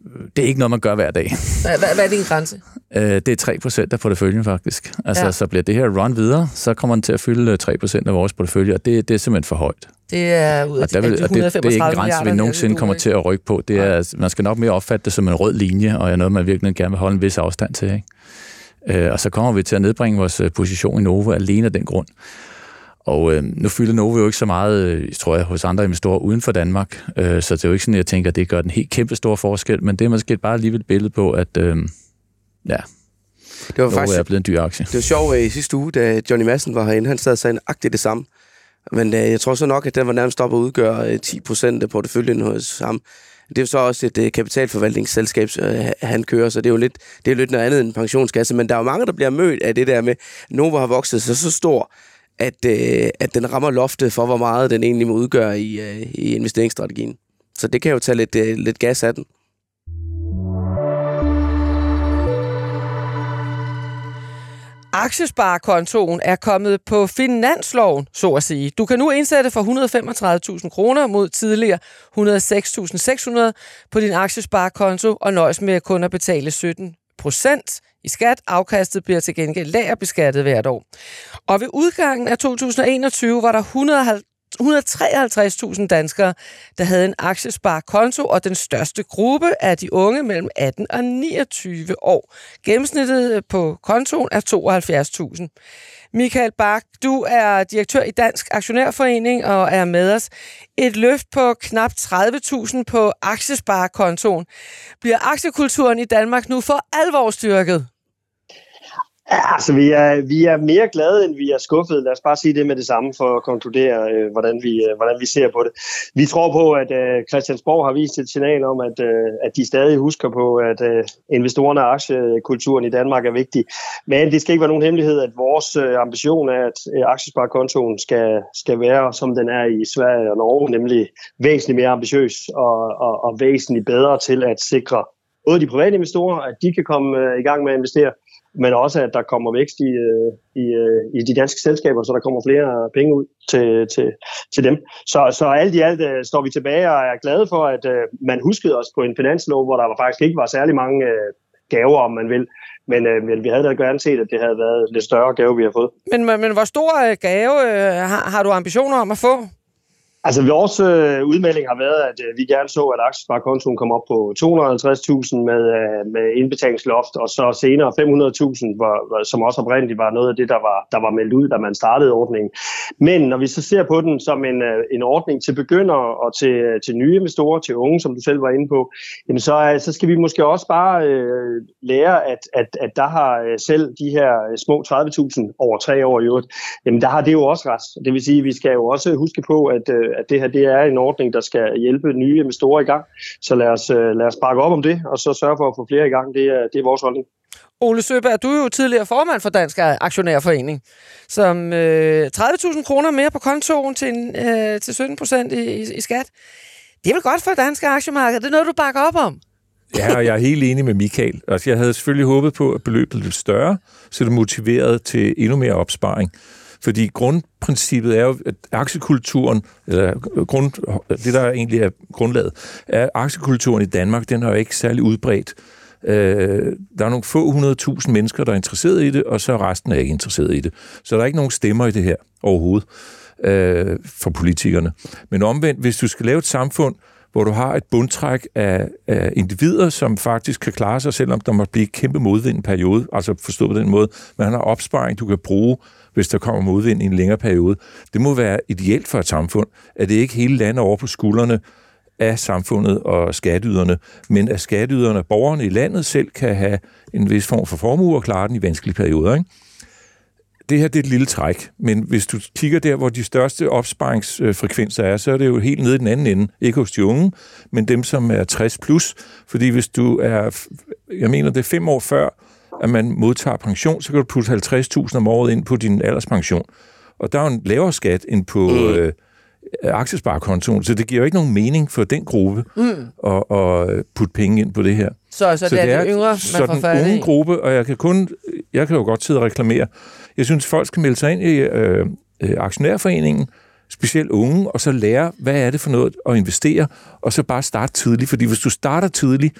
det er ikke noget, man gør hver dag. Hvad, hvad er din grænse? Det er tre procent af porteføljen, faktisk. Altså, ja. Så bliver det her run videre, så kommer den til at fylde tre procent af vores portefølje, og det, det er simpelthen for højt. Det er ud af de, vil, de et hundrede og femogtredive det, det er ikke en grænse, vi nogensinde kommer til at rykke på. Det er, ja. Man skal nok mere opfatte det som en rød linje, og er noget, man virkelig gerne vil holde en vis afstand til. Ikke? Og så kommer vi til at nedbringe vores position i Novo alene af den grund. Og øh, nu fylder Novo jo ikke så meget, øh, tror jeg, hos andre investorer uden for Danmark. Øh, så det er jo ikke sådan, at jeg tænker, at det gør den helt kæmpe store forskel, men det er måske bare alligevel et billede på, at øh, ja, det var Novo faktisk, er blevet en dyr aktie. Det var sjovt i sidste uge, da Johnny Madsen var herinde, han sad og sagde nøjagtigt det samme. Men øh, jeg tror så nok, at den var nærmest op at udgøre øh, ti procent af porteføljen hos ham. Det er jo så også et øh, kapitalforvaltningsselskab, øh, han kører, så det er jo lidt, det er jo lidt noget andet end en pensionskasse. Men der er jo mange, der bliver mødt af det der med, Novo har vokset sig så stor, at, øh, at den rammer loftet for, hvor meget den egentlig må udgøre i, øh, i investeringsstrategien. Så det kan jo tage lidt, øh, lidt gas af den. Aktiesparekontoen er kommet på finansloven, så at sige. Du kan nu indsætte for et hundrede og femogtredive tusind kroner mod tidligere et hundrede og seks tusind seks hundrede på din aktiesparekonto og nøjes med kun at betale sytten procent i skat. Afkastet bliver til gengæld lagerbeskattet hvert år. Og ved udgangen af to tusind og enogtyve var der et hundrede og treoghalvtreds tusind danskere, der havde en aktiesparekonto, og den største gruppe er de unge mellem atten og niogtyve år. Gennemsnittet på kontoen er tooghalvfjerds tusind. Michael Bach, du er direktør i Dansk Aktionærforening og er med os. Et løft på knap tredive tusind på aktiesparekontoen. Bliver aktiekulturen i Danmark nu for alvor styrket? Ja, altså vi er, vi er mere glade, end vi er skuffede. Lad os bare sige det med det samme for at konkludere, øh, hvordan, vi, øh, hvordan vi ser på det. Vi tror på, at øh, Christiansborg har vist et signal om, at, øh, at de stadig husker på, at øh, investorerne og aktiekulturen i Danmark er vigtig. Men det skal ikke være nogen hemmelighed, at vores øh, ambition er, at øh, aktiesparekontoen skal, skal være, som den er i Sverige og Norge, nemlig væsentligt mere ambitiøs og, og, og væsentligt bedre til at sikre både de private investorer, at de kan komme øh, i gang med at investere, men også at der kommer vækst i, i, i de danske selskaber, så der kommer flere penge ud til, til, til dem. Så, så alt i alt uh, står vi tilbage og er glade for, at uh, man huskede os på en finanslov, hvor der faktisk ikke var særlig mange uh, gaver, om man vil. Men, uh, men vi havde da gerne set, at det havde været lidt større gave, vi har fået. Men, men hvor stor uh, gave uh, har, har du ambitioner om at få? Altså, vores øh, udmelding har været, at øh, vi gerne så, at aktiesparekontoen kom op på to hundrede og halvtreds tusind med, øh, med indbetalingsloft, og så senere fem hundrede tusind, hvor, som også oprindeligt var noget af det, der var, der var meldt ud, da man startede ordningen. Men når vi så ser på den som en, øh, en ordning til begyndere og til, til nye investorer, til unge, som du selv var inde på, jamen så, øh, så skal vi måske også bare øh, lære, at, at, at der har øh, selv de her små tredive tusind over tre år i øvrigt, jamen der har det jo også ret. Det vil sige, at vi skal jo også huske på, at øh, at det her det er en ordning, der skal hjælpe nye investorer i gang. Så lad os, lad os bakke op om det, og så sørge for at få flere i gang. Det er, det er vores holdning. Ole Søberg, du er jo tidligere formand for Dansk Aktionærforening, som øh, tredive tusind kroner mere på kontoen til, øh, til sytten procent i, i, i skat. Det er vel godt for det danske aktiemarked? Det er noget, du bakker op om? Ja, og jeg er helt enig med Michael. Altså, jeg havde selvfølgelig håbet på, at beløbet blev lidt større, så det motiverede til endnu mere opsparing. Fordi grundprincippet er jo, at aktiekulturen, eller grund, det der egentlig er grundlaget, er aktiekulturen i Danmark, den er jo ikke særlig udbredt. Øh, der er nogle få hundrede tusind mennesker, der er interesseret i det, og så resten er ikke interesseret i det. Så der er ikke nogen stemmer i det her overhovedet øh, for politikerne. Men omvendt, hvis du skal lave et samfund, hvor du har et bundtræk af, af individer, som faktisk kan klare sig, selvom der må blive kæmpe modvind en periode, altså forstå på den måde, man har opsparing, du kan bruge, hvis der kommer modvind i en længere periode. Det må være ideelt for et samfund, at det ikke hele landet over på skuldrene af samfundet og skatteyderne, men at skatteyderne og borgerne i landet selv kan have en vis form for formue og klare den i vanskelige perioder, ikke? Det her det er et lille træk, men hvis du kigger der, hvor de største opsparingsfrekvenser er, så er det jo helt nede i den anden ende. Ikke hos de unge, men dem, som er tres plus. Fordi hvis du er, jeg mener, det er fem år før, at man modtager pension, så kan du putte halvtreds tusind om året ind på din alderspension. Og der er jo en lavere skat end på mm. øh, aktiesparekontoen, så det giver jo ikke nogen mening for den gruppe mm. at, at putte penge ind på det her. Så, så, så det er, det er de yngre, man så får den unge gruppe, og jeg kan kun, jeg kan jo godt sidde og reklamere. Jeg synes, folk skal melde sig ind i øh, øh, aktionærforeningen, specielt unge, og så lære, hvad er det for noget at investere, og så bare starte tidligt. Fordi hvis du starter tidligt,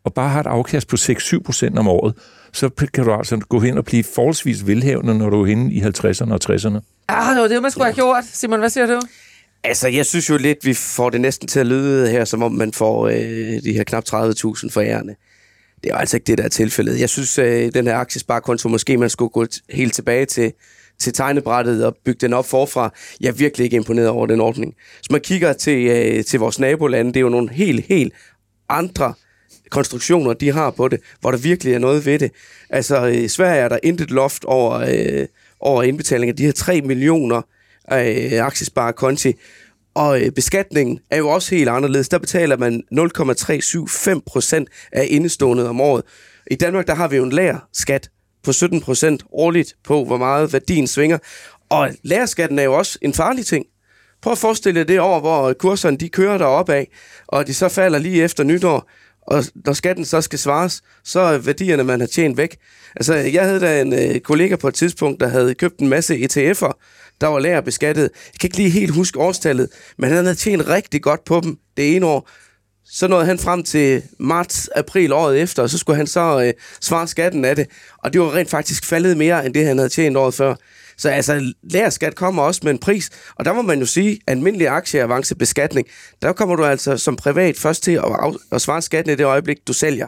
og bare har et afkast på seks til syv procent om året, så kan du altså gå hen og blive forholdsvis velhavende, når du er henne i halvtredserne og tresserne. Ah, det var det, man skulle ja. have gjort. Simon, hvad siger du? Altså, jeg synes jo lidt, vi får det næsten til at lyde her, som om man får øh, de her knap tredive tusind for ærende. Det er jo altså ikke det, der er tilfældet. Jeg synes, øh, den her aktiesparekonto, måske man skulle gå helt tilbage til, til tegnebrættet og bygge den op forfra. Jeg er virkelig ikke imponeret over den ordning. Hvis man kigger til, øh, til vores nabolande, det er jo nogle helt, helt andre konstruktioner, de har på det, hvor der virkelig er noget ved det. Altså, i Sverige er der intet loft over, øh, over indbetaling af de her tre millioner øh, aktiesparekonti, og øh, beskatningen er jo også helt anderledes. Der betaler man nul komma tre syv fem procent af indestående om året. I Danmark, der har vi jo en lagerskat på sytten procent årligt på, hvor meget værdien svinger. Og lagerskatten er jo også en farlig ting. Prøv at forestille dig det år, hvor kurserne de kører deroppe af, og de så falder lige efter nytår, og når skatten så skal svares, så er værdierne, man har tjent væk. Altså, jeg havde da en øh, kollega på et tidspunkt, der havde købt en masse E T F'er, der var lagerbeskattet. Jeg kan ikke lige helt huske årstallet, men han havde tjent rigtig godt på dem det ene år. Så nåede han frem til marts, april året efter, og så skulle han så øh, svare skatten af det. Og det var rent faktisk faldet mere, end det han havde tjent året før. Så altså, lagerskat kommer også med en pris, og der må man jo sige, at almindelig aktieavancebeskatning, der kommer du altså som privat først til at, af- at svare skatten i det øjeblik, du sælger.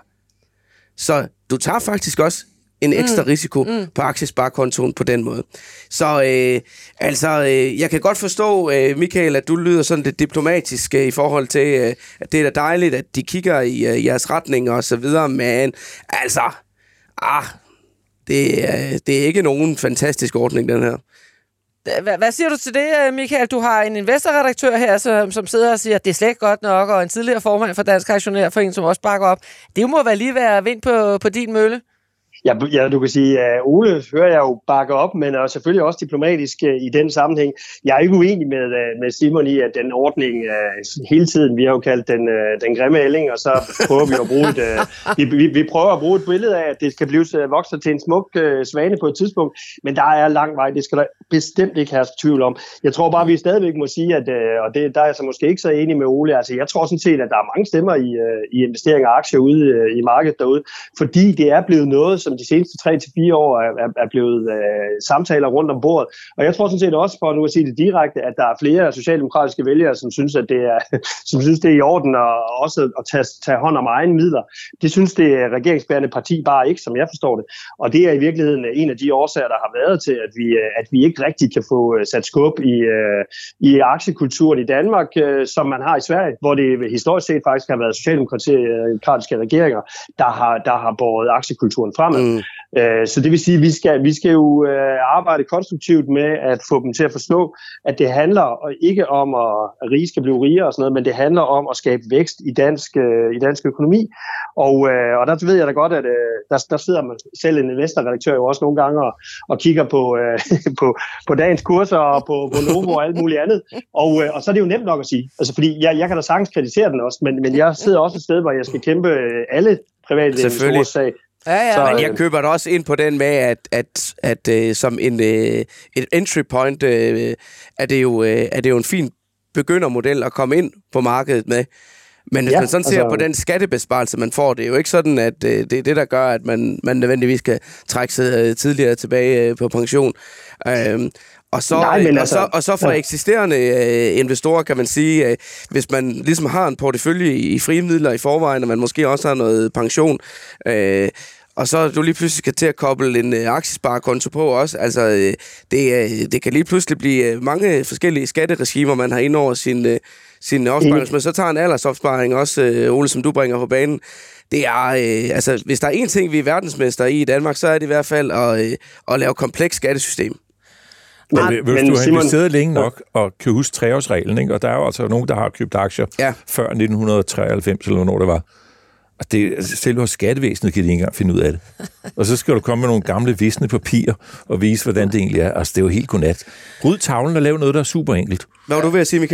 Så du tager faktisk også en ekstra mm. risiko mm. på aktiesparekontoen på den måde. Så øh, altså, øh, jeg kan godt forstå, øh, Michael, at du lyder sådan lidt diplomatisk øh, i forhold til, øh, at det er da dejligt, at de kigger i øh, jeres retning og så videre, men altså, ah, det, øh, det er ikke nogen fantastisk ordning, den her. Hvad, hvad siger du til det, Michael? Du har en investorredaktør her, som, som sidder og siger, at det er slet ikke godt nok, og en tidligere formand for Dansk Aktionærforening, som også bakker op. Det må vel lige være vind på, på din mølle? Ja, ja, du kan sige, at Ole hører jeg jo bakke op, men er selvfølgelig også diplomatisk i den sammenhæng. Jeg er ikke uenig med, med Simon i, at den ordning hele tiden, vi har jo kaldt den, den grimme ælling, og så prøver vi at bruge et, vi, vi, vi prøver at bruge et billede af, at det skal blive vokset til en smuk svane på et tidspunkt, men der er lang vej, det skal der bestemt ikke have tvivl om. Jeg tror bare, vi stadigvæk må sige, at, og det, der er jeg så måske ikke så enig med Ole, altså jeg tror sådan set, at der er mange stemmer i, i investeringer og aktier ude i markedet derude, fordi det er blevet noget, som de seneste tre til fire år er, er blevet øh, samtaler rundt om bordet. Og jeg tror sådan set også, for nu at sige det direkte, at der er flere socialdemokratiske vælgere, som synes, at det er, som synes, det er i orden og også at tage, tage hånd om egne midler. Det synes det regeringsbærende parti bare ikke, som jeg forstår det. Og det er i virkeligheden en af de årsager, der har været til, at vi, at vi ikke rigtig kan få sat skub i, i aktiekulturen i Danmark, som man har i Sverige, hvor det historisk set faktisk har været socialdemokratiske regeringer, der har, der har båret aktiekulturen fremad. Mm. Så det vil sige, at vi skal, vi skal jo arbejde konstruktivt med at få dem til at forstå, at det handler ikke om, at rige skal blive rigere og sådan noget, men det handler om at skabe vækst i dansk, i dansk økonomi. Og, og der ved jeg da godt, at der, der sidder man selv en investorredaktør jo også nogle gange og, og kigger på, på, på dagens kurser og på, på Novo og alt muligt andet. Og, og så er det jo nemt nok at sige. Altså, fordi jeg, jeg kan da sagtens kritisere den også, men, men jeg sidder også et sted, hvor jeg skal kæmpe alle private investorers sag. Ja, ja. Så, men jeg køber da også ind på den med, at, at, at, at som en, et entry point, er det, jo, er det jo en fin begyndermodel at komme ind på markedet med. Men hvis ja, man sådan ser altså på den skattebesparelse, man får, det er jo ikke sådan, at det er det, der gør, at man, man nødvendigvis skal trække sig tidligere tilbage på pension. Øhm, Og så, Nej, altså, og, så, og så for ja. eksisterende øh, investorer kan man sige, øh, hvis man ligesom har en portefølje i, i frie midler i forvejen, og man måske også har noget pension, øh, og så du lige pludselig skal til at koble en øh, aktiesparekonto på også, altså øh, det, øh, det kan lige pludselig blive øh, mange forskellige skatteregimer, man har ind over sin, øh, sin opsparing, men så tager en aldersopsparing også, øh, Ole, som du bringer på banen. Det er, øh, altså hvis der er én ting, vi er verdensmester i i Danmark, så er det i hvert fald at, øh, at lave kompleks skattesystem. Men, men, hvis men, du har investeret længe nok og kan huske treårsreglen, ikke? Og der er jo altså nogen, der har købt aktier ja. før nitten treoghalvfems, eller hvornår det var. Og det, altså, selv hos skattevæsenet kan de ikke engang finde ud af det. Og så skal du komme med nogle gamle visne papirer og vise, hvordan det egentlig er. Altså, det er jo helt godnat. Ryd tavlen og lav noget, der er super enkelt. Hvad var du ved at sige, Michael? Og,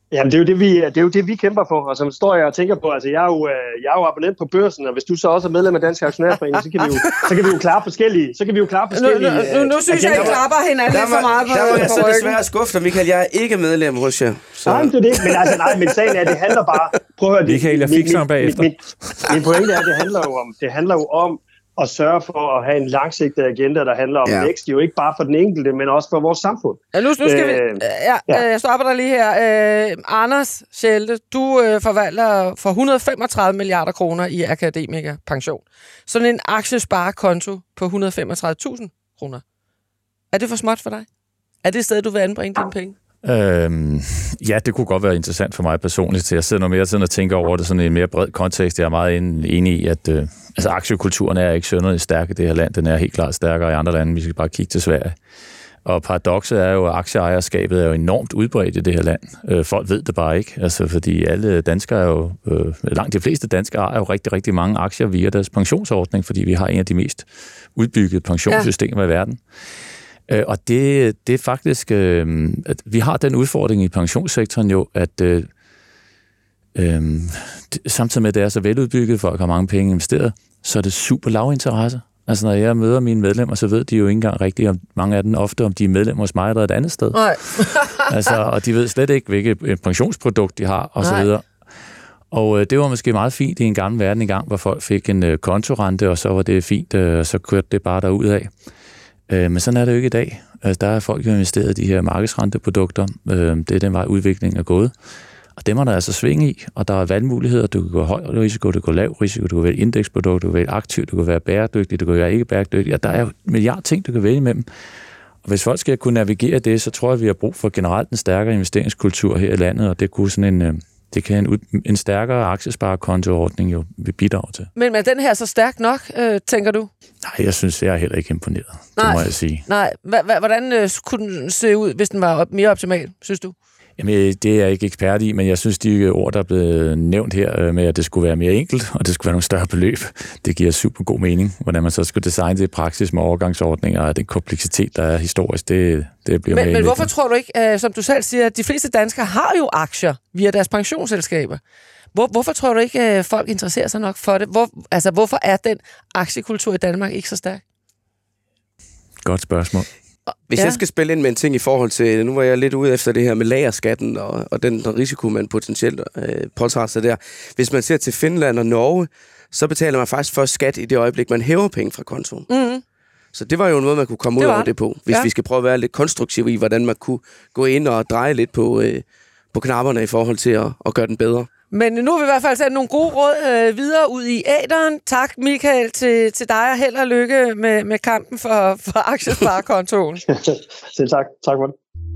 Jamen, det er jo det, vi, det er jo det, vi kæmper for, og som står jeg og tænker på, altså jeg er jo, jeg er jo abonnent på børsen, og hvis du så også er medlem af Dansk Aktionærforening, så kan vi jo, så kan vi jo klare forskellige, så kan vi jo klare forskellige... Nu, nu, nu, nu synes jeg, I klapper hinanden lidt for meget på ryggen. Der var jeg så desværre skuffet, Michael, jeg er ikke medlem hos jer. Så. Nej, det er det, men altså nej, men sagen er, det handler bare... Prøv at høre, Michael, jeg fikser ham bagefter. Min, min, min pointe er, det handler jo om, det handler jo om, og sørge for at have en langsigtet agenda, der handler om ja. vækst, jo ikke bare for den enkelte, men også for vores samfund. Ja, nu, nu skal øh, vi... Ja, ja. Jeg stopper dig lige her. Øh, Anders Schelte, du øh, forvalter for et hundrede og femogtredive milliarder kroner i akademikerpension. Sådan en aktiesparekonto på et hundrede og femogtredive tusind kroner. Er det for småt for dig? Er det et sted, du vil anbringe dine penge? Øhm, ja, det kunne godt være interessant for mig personligt. Jeg sidder noget mere sådan og tænker over det sådan i en mere bred kontekst. Jeg er meget enig i, at øh, altså, aktiekulturen er ikke sønderligt stærk i det her land. Den er helt klart stærkere i andre lande. Vi skal bare kigge til Sverige. Og paradokset er jo, at aktieejerskabet er jo enormt udbredt i det her land. Øh, folk ved det bare ikke, altså, fordi alle danskere er jo, øh, langt de fleste danskere ejer jo rigtig, rigtig mange aktier via deres pensionsordning, fordi vi har en af de mest udbyggede pensionssystemer ja. i verden. Og det, det er faktisk, øh, at vi har den udfordring i pensionssektoren jo, at øh, øh, samtidig med, at det er så veludbygget, folk har mange penge investeret, så er det super lav interesse. Altså når jeg møder mine medlemmer, så ved de jo ikke engang rigtigt, om mange af dem ofte, om de er medlemmer hos mig eller et andet sted. Nej. altså, og de ved slet ikke, hvilket pensionsprodukt de har, og så videre. Og øh, det var måske meget fint i en gammel verden engang, hvor folk fik en øh, kontorente, og så var det fint, øh, og så kørte det bare derudad. Men sådan er det jo ikke i dag. Der er folk, der har investeret i de her markedsrenteprodukter. Det er den vej, udviklingen er gået. Og dem er der altså sving i, og der er valgmuligheder. Du kan gå høj risiko, du kan gå lav risiko, du kan vælge indeksprodukt, du kan vælge aktivt, du kan være bæredygtig, du kan være ikke bæredygtig. Og der er jo en milliard ting, du kan vælge imellem. Og hvis folk skal kunne navigere det, så tror jeg, vi har brug for generelt en stærkere investeringskultur her i landet, og det kunne sådan en... Det kan en, en stærkere aktiesparekontoordning jo vi bidrage til. Men er den her så stærk nok, øh, tænker du? Nej, jeg synes, jeg er heller ikke imponeret. Nej, det må jeg sige. Nej, hvordan øh, kunne den se ud, hvis den var op, mere optimal, synes du? Jamen, det er jeg ikke ekspert i, men jeg synes, de ord, der er blevet nævnt her med, at det skulle være mere enkelt, og det skulle være nogle større beløb, det giver super god mening. Hvordan man så skulle designe det i praksis med overgangsordninger, og den kompleksitet, der er historisk, det, det bliver men, mere Men hvorfor tror du ikke, som du selv siger, at de fleste danskere har jo aktier via deres pensionsselskaber? Hvor, hvorfor tror du ikke, at folk interesserer sig nok for det? Hvor, altså, hvorfor er den aktiekultur i Danmark ikke så stærk? Godt spørgsmål. Hvis ja. jeg skal spille ind med en ting i forhold til, nu var jeg lidt ude efter det her med lagerskatten og, og den risiko, man potentielt øh, påtager sig der. Hvis man ser til Finland og Norge, så betaler man faktisk først skat i det øjeblik, man hæver penge fra kontoen. Mm. Så det var jo noget, man kunne komme ud over det på, hvis ja. vi skal prøve at være lidt konstruktive i, hvordan man kunne gå ind og dreje lidt på, øh, på knapperne i forhold til at, at gøre den bedre. Men nu har vi i hvert fald sat nogle gode råd øh, videre ud i æteren. Tak, Michael, til, til dig, og held og lykke med, med kampen for, for aktiesparekontoen. Selv tak. Tak for det.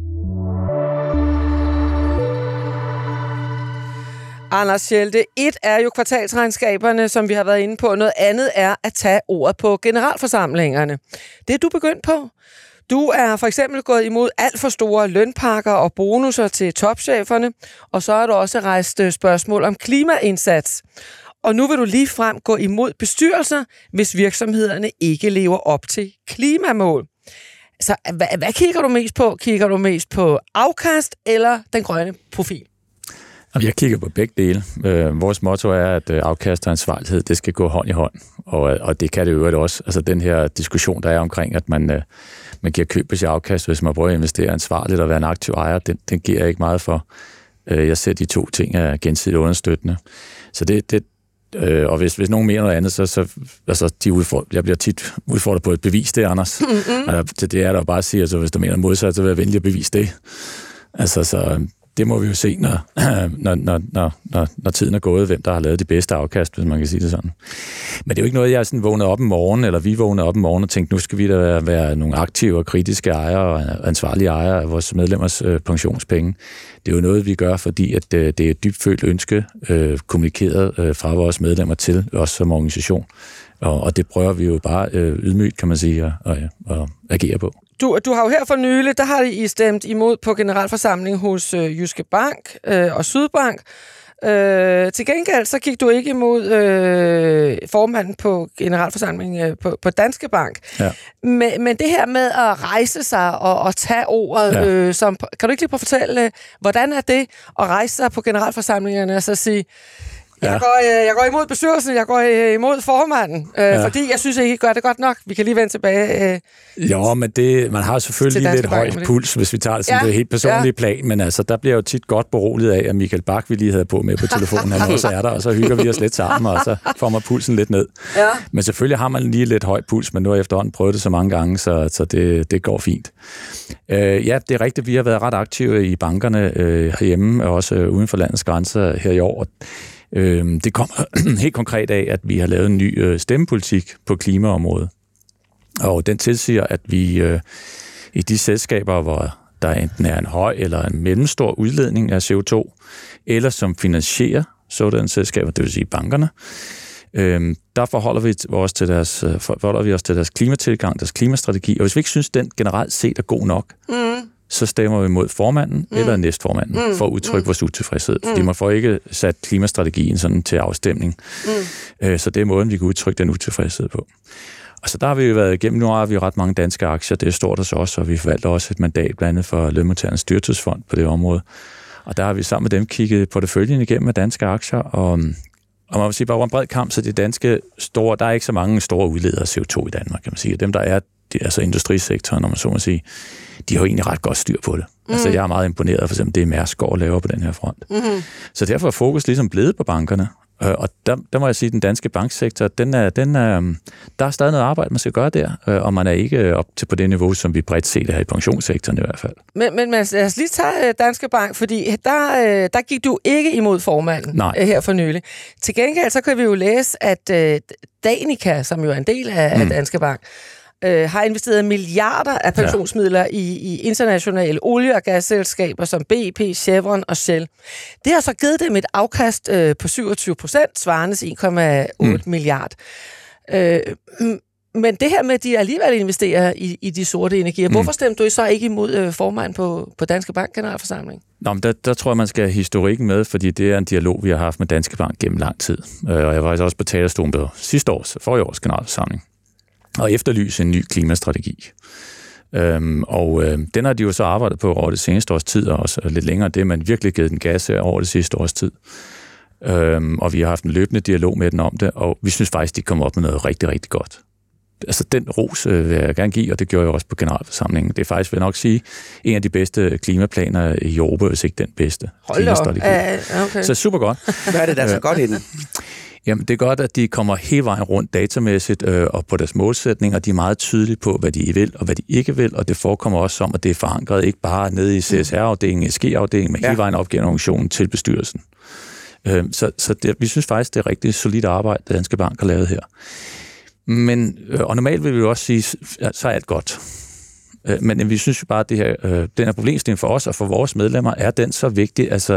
Anders Schelte, et er jo kvartalsregnskaberne, som vi har været inde på. Noget andet er at tage ordet på generalforsamlingerne. Det er du begyndt på. Du er for eksempel gået imod alt for store lønpakker og bonusser til topcheferne, og så har du også rejst spørgsmål om klimaindsats. Og nu vil du lige frem gå imod bestyrelser, hvis virksomhederne ikke lever op til klimamål. Så hvad, hvad kigger du mest på? Kigger du mest på afkast eller den grønne profil? Jeg kigger på begge dele. Øh, vores motto er, at afkast og ansvarlighed, det skal gå hånd i hånd. Og, og det kan det øvrigt også. Altså den her diskussion, der er omkring, at man, øh, man giver køb på sit afkast, hvis man prøver at investere ansvarligt og være en aktiv ejer, den, den giver jeg ikke meget for. Øh, jeg ser de to ting er gensidigt understøttende. Så det, det øh, og hvis, hvis nogen mener noget andet, så, så altså, de udfordrer, jeg bliver tit udfordret på et bevis, det, Anders. Mm-hmm. Og det er der bare at sige, altså hvis du mener modsat, så vil jeg venlig at bevise det. Altså så... Det må vi jo se, når, når, når, når, når tiden er gået, hvem der har lavet de bedste afkast, hvis man kan sige det sådan. Men det er jo ikke noget, jeg sådan vågner op om morgenen, eller vi vågner op om morgenen og tænker, nu skal vi da være, være nogle aktive og kritiske ejere og ansvarlige ejere af vores medlemmers øh, pensionspenge. Det er jo noget, vi gør, fordi at, øh, det er et dybt følt ønske, øh, kommunikeret øh, fra vores medlemmer til os som organisation. Og, og det prøver vi jo bare øh, ydmygt, kan man sige, at, at, at agere på. Du, du har jo her for nylig, der har I stemt imod på generalforsamling hos øh, Jyske Bank øh, og Sydbank, Øh, til gengæld så gik du ikke imod øh, formanden på generalforsamlingen øh, på, på Danske Bank. Ja. Men, men det her med at rejse sig og, og tage ordet, ja. øh, som, kan du ikke lige prøve at fortælle, hvordan er det at rejse sig på generalforsamlingerne og så sige, Jeg, ja. går, øh, jeg går imod bestyrelsen, jeg går øh, imod formanden, øh, ja. fordi jeg synes ikke, I gør det godt nok. Vi kan lige vende tilbage. Øh, jo, men det, man har selvfølgelig lidt højt puls, hvis vi tager det som ja. det helt personlige ja. plan, men altså, der bliver jo tit godt beroliget af, at Michael Bach, vi lige havde på med på telefonen, han også er der, og så hygger vi os lidt sammen, og så får man pulsen lidt ned. Ja. Men selvfølgelig har man lige lidt højt puls, men nu har jeg efterhånden prøvet det så mange gange, så, så det, det går fint. Øh, ja, det er rigtigt, vi har været ret aktive i bankerne øh, herhjemme, og også øh, uden for landets grænser her i år. Det kommer helt konkret af, at vi har lavet en ny stemmepolitik på klimaområdet. Og den tilsiger, at vi øh, i de selskaber, hvor der enten er en høj eller en mellemstor udledning af C O to, eller som finansierer sådanne selskaber, det vil sige bankerne, øh, der forholder vi os til deres, forholder vi os til deres klimatilgang, deres klimastrategi. Og hvis vi ikke synes, den generelt set er god nok, mm. så stemmer vi mod formanden mm. eller næstformanden mm. for at udtrykke mm. vores utilfredshed. Mm. Fordi man får ikke sat klimastrategien sådan til afstemning. Mm. Så det er måden, vi kan udtrykke den utilfredshed på. Og så der har vi jo været igennem, nu har vi jo ret mange danske aktier, det står der så også, og vi forvalter også et mandat blandt andet for Lønmodtagernes Styrelsesfond på det område. Og der har vi sammen med dem kigget porteføljen igennem med danske aktier, og Og man vil sige, bare over en bred kamp, så de danske store, der er ikke så mange store udledere af C O to i Danmark, kan man sige. Dem, der er, de, altså industrisektoren, når man så må sige, de har egentlig ret godt styr på det. Mm. Altså, jeg er meget imponeret, for eksempel det Mærsk går og laver på den her front. Mm. Så derfor er fokus ligesom blevet på bankerne. Og der, der må jeg sige, at den danske banksektor, den er, den er, der er stadig noget arbejde, man skal gøre der, og man er ikke op til på det niveau, som vi bredt set her i pensionssektoren i hvert fald. Men, men lad os lige tage Danske Bank, fordi der, der gik du ikke imod formanden Nej. her for nylig. Til gengæld så kan vi jo læse, at Danica, som jo er en del af mm. Danske Bank, øh, har investeret milliarder af pensionsmidler ja. i, i internationale olie- og gasselskaber som B P, Chevron og Shell. Det har så givet dem et afkast øh, på syvogtyve procent, svarende til en komma otte mm. milliard. Øh, men det her med, at de alligevel investerer i, i de sorte energier, mm. hvorfor stemte du så ikke imod øh, formanden på, på Danske Bank generalforsamling? Nå, men der, der tror jeg, man skal have historikken med, fordi det er en dialog, vi har haft med Danske Bank gennem lang tid. Og jeg var faktisk også på talerstolen på sidste års, forrige års generalforsamling, og efterlyse en ny klimastrategi. Øhm, og øh, den har de jo så arbejdet på over det seneste års tid, og også lidt længere det, man virkelig givet den gas over det sidste års tid. Øhm, og vi har haft en løbende dialog med den om det, og vi synes faktisk, de kommer op med noget rigtig, rigtig godt. Altså den ros øh, vil jeg gerne give, og det gjorde jeg også på generalforsamlingen. Det er faktisk, vil jeg nok sige, en af de bedste klimaplaner i Europa, hvis ikke den bedste klimastrategi. Uh, okay. Så super godt. Hvad er det, der er så godt i den? Jamen, det er godt, at de kommer hele vejen rundt datamæssigt øh, og på deres målsætning, og de er meget tydelige på, hvad de vil og hvad de ikke vil, og det forekommer også som, at det er forankret ikke bare nede i C S R-afdelingen, S G-afdelingen, men ja. hele vejen op gennem organisationen til bestyrelsen. Øh, så så det, vi synes faktisk, det er rigtig solidt arbejde, det Danske Bank har lavet her. Men, øh, og normalt vil vi jo også sige, så er alt godt. Øh, men vi synes jo bare, at det her, øh, den her problemstilling for os og for vores medlemmer, er den så vigtig, altså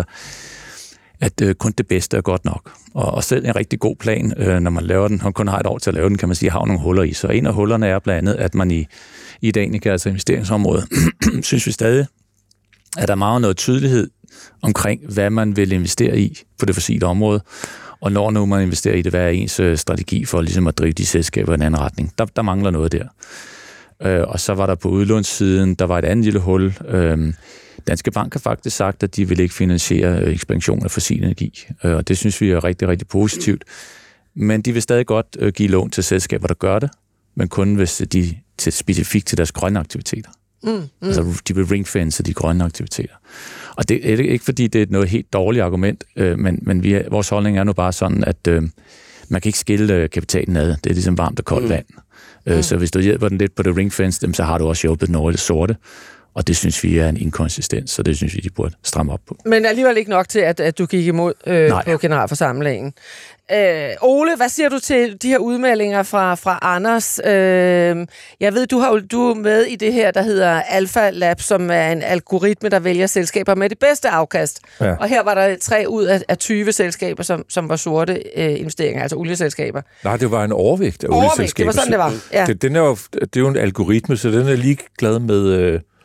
at øh, kun det bedste er godt nok. Og, og selv en rigtig god plan, øh, når man laver den, og kun har et år til at lave den, kan man sige, har nogle huller i. Så en af hullerne er blandt andet, at man i, i Danica, altså investeringsområdet, synes vi stadig, at der er meget noget tydelighed omkring, hvad man vil investere i på det fossile område, og når nu man investerer i det, hvad er ens øh, strategi for ligesom at drive de selskaber i en anden retning. Der, der mangler noget der. Øh, og så var der på udlånssiden, der var et andet lille hul. Øh, Danske Bank har faktisk sagt, at de vil ikke finansiere ekspansion af fossil energi, og det synes vi er rigtig, rigtig positivt. Men de vil stadig godt give lån til selskaber, der gør det, men kun hvis de er specifikt til deres grønne aktiviteter. Mm, mm. Altså de vil ringfence de grønne aktiviteter. Og det er ikke fordi, det er noget helt dårligt argument, men, men vi, vores holdning er nu bare sådan, at øh, man kan ikke skille kapitalen ad. Det er ligesom varmt og koldt mm. vand. Mm. Så hvis du hjælper den lidt på det ringfence, så har du også hjulpet den over det sorte. Og det synes vi er en inkonsistens, så det synes vi, de burde stramme op på. Men alligevel ikke nok til, at, at du gik imod øh, på generalforsamlingen. Øh, Ole, hvad siger du til de her udmeldinger fra, fra Anders? Øh, jeg ved, du, har, du er med i det her, der hedder Alpha Lab, som er en algoritme, der vælger selskaber med det bedste afkast. Ja. Og her var der tre ud af, af tyve selskaber, som, som var sorte øh, investeringer, altså olieselskaber. Nej, det var en overvægt af overvægt, olieselskaber. Det var sådan, det var. Ja. Det, den er jo, det er jo en algoritme, så den er ligeglad med... Øh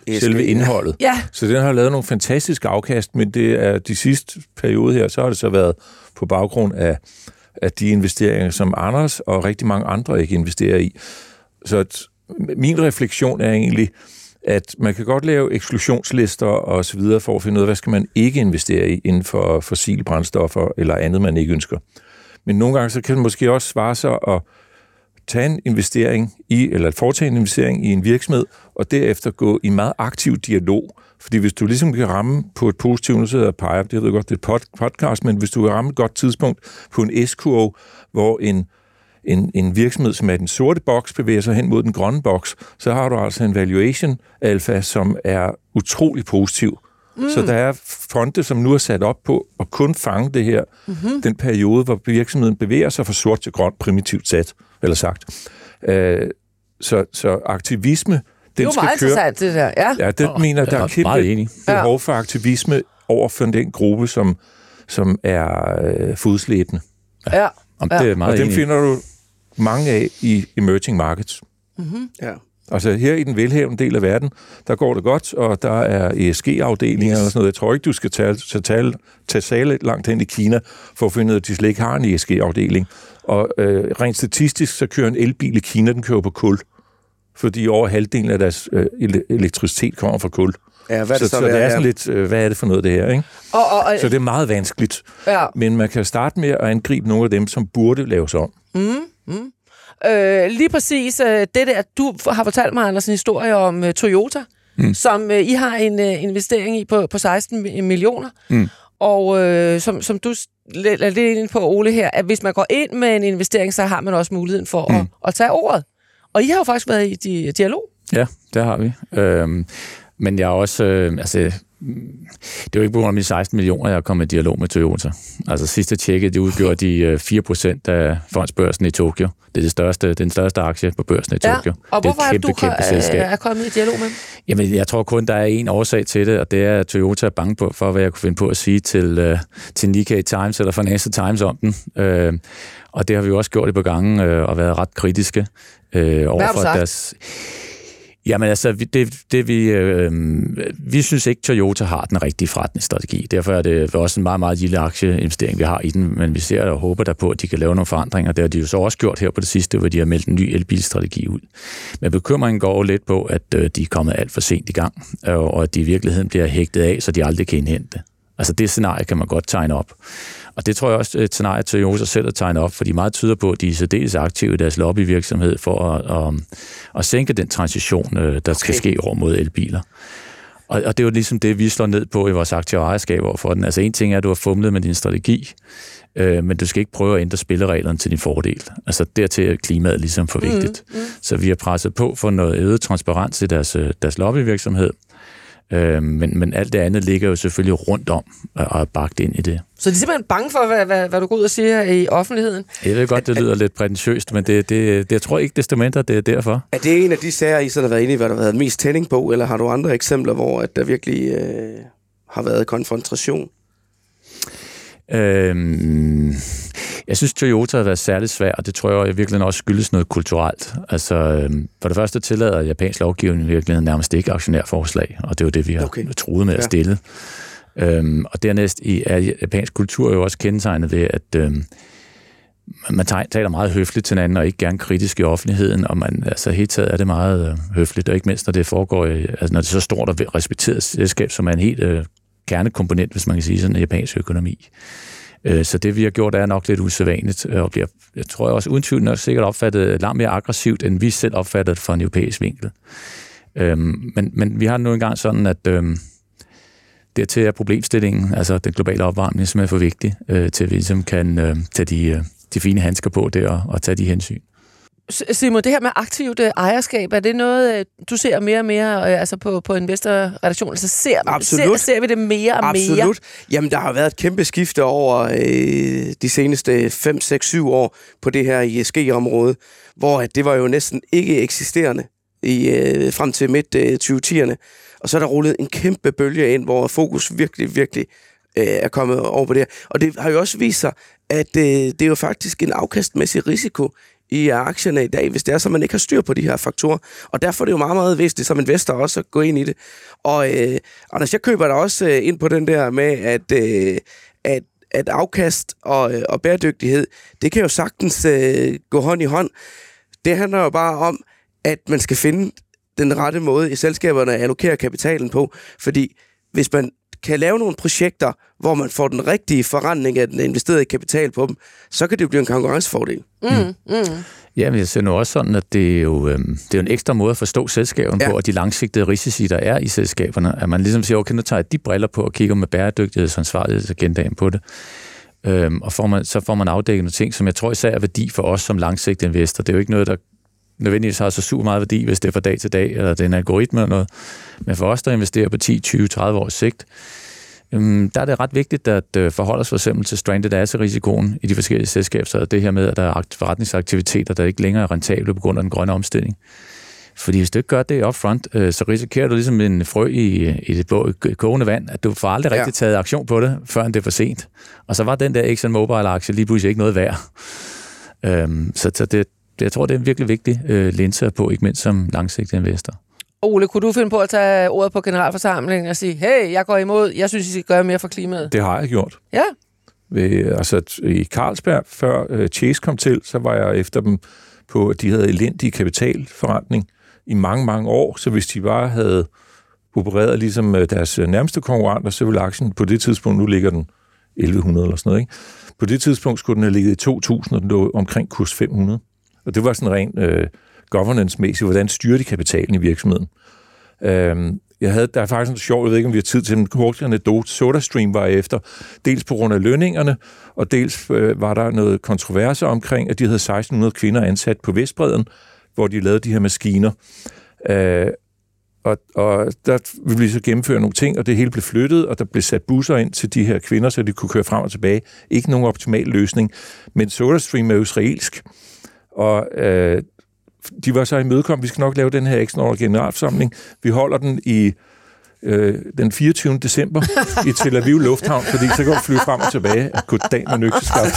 selve indholdet. Ja. Så den har lavet nogle fantastiske afkast, men det er de sidste periode her, så har det så været på baggrund af, af de investeringer, som Anders og rigtig mange andre ikke investerer i. Så at, min refleksion er egentlig, at man kan godt lave eksklusionslister og så videre for at finde ud af, hvad skal man ikke investere i inden for fossile brændstoffer eller andet, man ikke ønsker. Men nogle gange så kan det måske også svare sig at tage en investering i, eller foretage en investering i en virksomhed, og derefter gå i meget aktiv dialog. Fordi hvis du ligesom kan ramme på et positivt, nu sidder jeg og peger, det ved jeg godt, det er et podcast, men hvis du kan ramme et godt tidspunkt på en S Q O, hvor en En, en virksomhed, som er den sorte boks, bevæger sig hen mod den grønne boks, så har du altså en valuation alfa, som er utrolig positiv. Mm. Så der er fonde, som nu er sat op på at kun fange det her, mm-hmm. den periode, hvor virksomheden bevæger sig fra sort til grøn, primitivt sat, eller sagt. Uh, så, så aktivisme, den det er skal meget køre... interessant, det der. Ja, ja det oh, mener, der er kæmpe behov for aktivisme over for den gruppe, som, som er uh, fodslæbende. Ja. Om det er meget og dem finder du mange af i emerging markets. Mm-hmm. Ja. Altså her i den velhavende del af verden, der går det godt, og der er E S G-afdelinger yes. eller sådan noget. Jeg tror ikke, du skal tage, tage, tage sale langt hen i Kina, for at finde ud af, at de slet ikke har en E S G-afdeling. Og øh, rent statistisk, så kører en elbil i Kina, den kører på kul. Fordi over halvdelen af deres øh, elektricitet kommer fra kul. Ja, hvad er det så, så, så det er sådan lidt, øh, hvad er det for noget, det her, ikke? Og, og, og, så det er meget vanskeligt. Ja. Men man kan starte med at angribe nogle af dem, som burde laves om. Mm, mm. Øh, lige præcis øh, det der, du har fortalt mig, Anders, en historie om øh, Toyota, mm. som øh, I har en øh, investering i på, på seksten millioner. Mm. Og øh, som, som du er lidt inde på, Ole, her, at hvis man går ind med en investering, så har man også muligheden for mm. at, at tage ordet. Og I har jo faktisk været i di- dialog. Ja, det har vi. Øhm, men jeg er også... Øh, altså, det er jo ikke på grund af mine seksten millioner, jeg er kommet i dialog med Toyota. Altså sidste tjekket, det udgjorde de fire procent af fondsbørsen i Tokyo. Det er det største, den største aktie på børsen i Tokyo. Ja, og hvorfor er kæmpe, du er kommet i dialog med dem? Jamen, jeg tror kun, der er en årsag til det, og det er, at Toyota er bange på, for hvad jeg kunne finde på at sige til, uh, til Nikkei Times eller Financial Times om den. Uh, og det har vi jo også gjort et par gange, uh, og været ret kritiske uh, overfor hvad har du sagt? Deres... Jamen altså, det, det vi, øh, vi synes ikke, Toyota har den rigtige forretningsstrategi. Derfor er det også en meget, meget lille aktieinvestering, vi har i den, men vi ser og håber der på, at de kan lave nogle forandringer. Det har de jo så også gjort her på det sidste, hvor de har meldt en ny elbilstrategi ud. Men bekymringen går lidt på, at øh, de er kommet alt for sent i gang, og at de i virkeligheden bliver hægtet af, så de aldrig kan indhente det. Altså det scenarie kan man godt tegne op. Og det tror jeg også, et scenarie, Toyota selv har tegnet op, fordi meget tyder på, at de er særdeles aktive i deres lobbyvirksomhed for at, at, at sænke den transition, der okay. skal ske over mod elbiler. Og, og det er jo ligesom det, vi slår ned på i vores aktive ejerskab for den. Altså en ting er, at du har fumlet med din strategi, øh, men du skal ikke prøve at ændre spillereglerne til din fordel. Altså dertil er klimaet ligesom for vigtigt. Mm, mm. Så vi har presset på for noget øget transparens i deres, deres lobbyvirksomhed. Øh, men, men alt det andet ligger jo selvfølgelig rundt om og er bagt ind i det. Så de er simpelthen bange for, hvad, hvad, hvad du går ud og siger i offentligheden? Jeg ved godt, det lyder lidt prætentiøst, men det, det, det, jeg tror ikke, desto mindre, det er derfor. Er det en af de sager, I sådan har været inde i, hvad der har været mest tænding på, eller har du andre eksempler, hvor at der virkelig øh, har været konfrontation? Øhm, jeg synes, Toyota har været særligt svær, og det tror jeg virkelig også skyldes noget kulturelt. Altså, øhm, for det første tillader japansk lovgivning virkelig nærmest ikke aktionærforslag, og det er jo det, vi har okay. truet med at stille. Ja. Øhm, og dernæst er japansk kultur jo også kendetegnet ved, at øhm, man taler meget høfligt til hinanden, og ikke gerne kritisk i offentligheden, og man, altså helt taget er det meget øh, høfligt, og ikke mindst, når det foregår, altså når det så stort og respekteret selskab, som er en helt øh, kernekomponent, hvis man kan sige sådan, i japansk økonomi. Så det, vi har gjort, er nok lidt usædvanligt, og bliver, jeg tror jeg også uden tvivl nok sikkert opfattet langt mere aggressivt, end vi selv opfattede fra en europæisk vinkel. Men, men vi har nu engang sådan, at dertil er problemstillingen, altså den globale opvarmning, som er for vigtig, til at vi ligesom kan tage de, de fine handsker på der og, og tage de hensyn. Simon, det her med aktivt ejerskab, er det noget, du ser mere og mere altså på, på investorredaktionen? Altså ser, ser, ser vi det mere og Absolut. mere? Absolut. Jamen, der har været et kæmpe skifte over øh, de seneste fem, seks, syv år på det her E S G-område, hvor at det var jo næsten ikke eksisterende i, øh, frem til midt øh, tyve tierne. Og så er der rullet en kæmpe bølge ind, hvor fokus virkelig, virkelig øh, er kommet over på det her. Og det har jo også vist sig, at øh, det er jo faktisk en afkastmæssig risiko i aktierne i dag, hvis det er, så man ikke har styr på de her faktorer. Og derfor er det jo meget, meget væsentligt som investor også at gå ind i det. Og øh, Anders, jeg køber da også øh, ind på den der med, at, øh, at, at afkast og, øh, og bæredygtighed, det kan jo sagtens øh, gå hånd i hånd. Det handler jo bare om, at man skal finde den rette måde i selskaberne at allokere kapitalen på. Fordi hvis man kan lave nogle projekter, hvor man får den rigtige forrentning af den investerede kapital på dem, så kan det jo blive en konkurrencefordel. Mm, mm. Ja, men jeg ser nu også sådan, at det er jo, øhm, det er jo en ekstra måde at forstå selskaberne ja. på, og de langsigtede risici, der er i selskaberne. At man ligesom siger, okay, nu tager jeg de briller på og kigger med bæredygtighedsansvarlighedsagendaen på det. Øhm, og får man, så får man afdækket nogle ting, som jeg tror især er værdi for os som langsigtede investor. Det er jo ikke noget, der nødvendigvis har så super meget værdi, hvis det er fra dag til dag, eller det er en algoritme eller noget. Men for os, der investerer på ti, tyve, tredive års sigt, øhm, der er det ret vigtigt at øh, forholde os for eksempel til stranded asset-risikoen i de forskellige selskaber, så det her med, at der er forretningsaktiviteter, der ikke længere er rentable på grund af den grønne omstilling. Fordi hvis du ikke gør det upfront, øh, så risikerer du ligesom en frø i, i det blå kogende vand, at du får aldrig rigtig taget aktion på det, før det er for sent. Og så var den der ExxonMobil-aktie lige pludselig ikke noget værd. Øhm, så så det, jeg tror, det er en virkelig vigtig øh, linse på, ikke mindst som langsigtet investor. Ole, kunne du finde på at tage ordet på generalforsamlingen og sige, hey, jeg går imod, jeg synes, I skal gøre mere for klimaet? Det har jeg gjort. Ja. Ved, altså, i Carlsberg, før uh, Chase kom til, så var jeg efter dem på, at de havde elendig kapitalforretning i mange, mange år. Så hvis de bare havde opereret ligesom deres nærmeste konkurrenter, så ville aktien på det tidspunkt, nu ligger den elleve hundrede eller sådan noget, ikke? På det tidspunkt skulle den have ligget i to tusind, og den lå omkring kurs fem hundrede. Og det var sådan rent øh, governance-mæssigt, hvordan styrer de kapitalen i virksomheden. Øhm, jeg havde, der er faktisk en sjov, jeg ved ikke, om vi har tid til en kort anekdote. SodaStream var efter, dels på grund af lønningerne, og dels øh, var der noget kontroverse omkring, at de havde seksten hundrede kvinder ansat på Vestbredden, hvor de lavede de her maskiner. Øh, og, og der ville vi så gennemføre nogle ting, og det hele blev flyttet, og der blev sat busser ind til de her kvinder, så de kunne køre frem og tilbage. Ikke nogen optimal løsning, men SodaStream er jo israelsk. Og øh, de var så imødekommet, vi skal nok lave den her ekstraordinære generalforsamling. Vi holder den i øh, den fireogtyvende december i Tel Aviv Lufthavn, fordi så kan vi flyve frem og tilbage. Goddag med nøgteskab.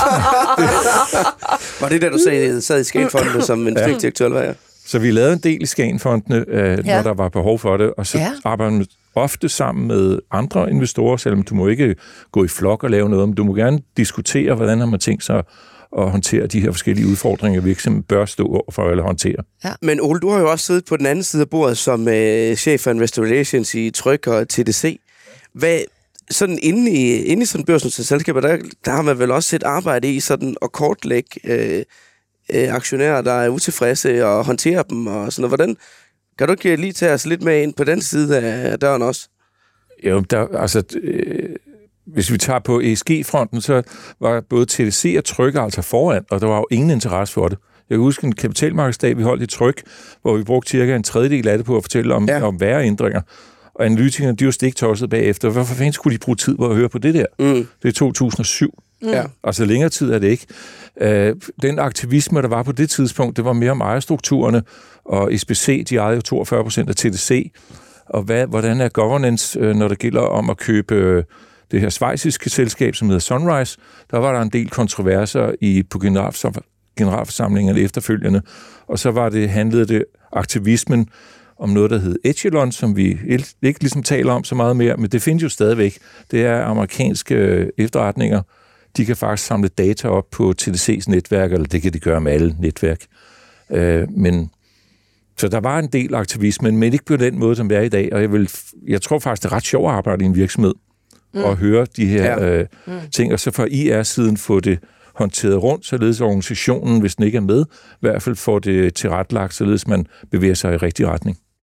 Var det der, du sagde, sad i Skagenfonden som en ja. direktør, eller hvad? Så vi lavede en del i Skagenfondene, øh, ja. når der var behov for det, og så ja. arbejder man ofte sammen med andre investorer, selvom du må ikke gå i flok og lave noget, men du må gerne diskutere, hvordan har man tænkt sig at håndtere de her forskellige udfordringer, virksomheden bør stå for eller håndtere. Ja. Men Ole, du har jo også siddet på den anden side af bordet som øh, chef for Investor Relations i Tryg og T D C. Hvad, sådan inde i, inde i sådan børsnoterede selskaber, der, der har man vel også set arbejde i sådan at kortlægge øh, øh, aktionærer, der er utilfredse og håndtere dem og sådan noget. Hvordan, kan du ikke lige tage os lidt med ind på den side af døren også? Jo, der, altså... Øh Hvis vi tager på E S G-fronten, så var både T D C og Tryg altså foran, og der var jo ingen interesse for det. Jeg kan huske en kapitalmarkedsdag, vi holdt i Tryg, hvor vi brugte cirka en tredjedel af det på at fortælle om, ja. om værre ændringer. Og analytikerne, de var stiktosset bagefter. Hvorfor fanden skulle de bruge tid på at høre på det der? Mm. Det er to tusind og syv. Mm. Altså længere tid er det ikke. Uh, den aktivisme, der var på det tidspunkt, det var mere om ejerstrukturerne, og S B C, de ejede jo toogfyrre procent af T D C. Og hvad, hvordan er governance, uh, når det gælder om at købe... Uh, det her schweiziske selskab, som hedder Sunrise, der var der en del kontroverser i, på generalforsamlingerne efterfølgende, og så var det, handlede det aktivismen om noget, der hed Echelon, som vi ikke ligesom taler om så meget mere, men det findes jo stadigvæk. Det er amerikanske efterretninger. De kan faktisk samle data op på T D C's netværk, eller det kan de gøre med alle netværk. Øh, men så der var en del aktivisme, men ikke på den måde, som det er i dag, og jeg, vil, jeg tror faktisk, det er ret sjovt at arbejde i en virksomhed, Mm. og høre de her ja. øh, mm. ting, og så fra I R-siden få det håndteret rundt, således organisationen, hvis den ikke er med, i hvert fald får det tilrettelagt, således man bevæger sig i rigtig retning.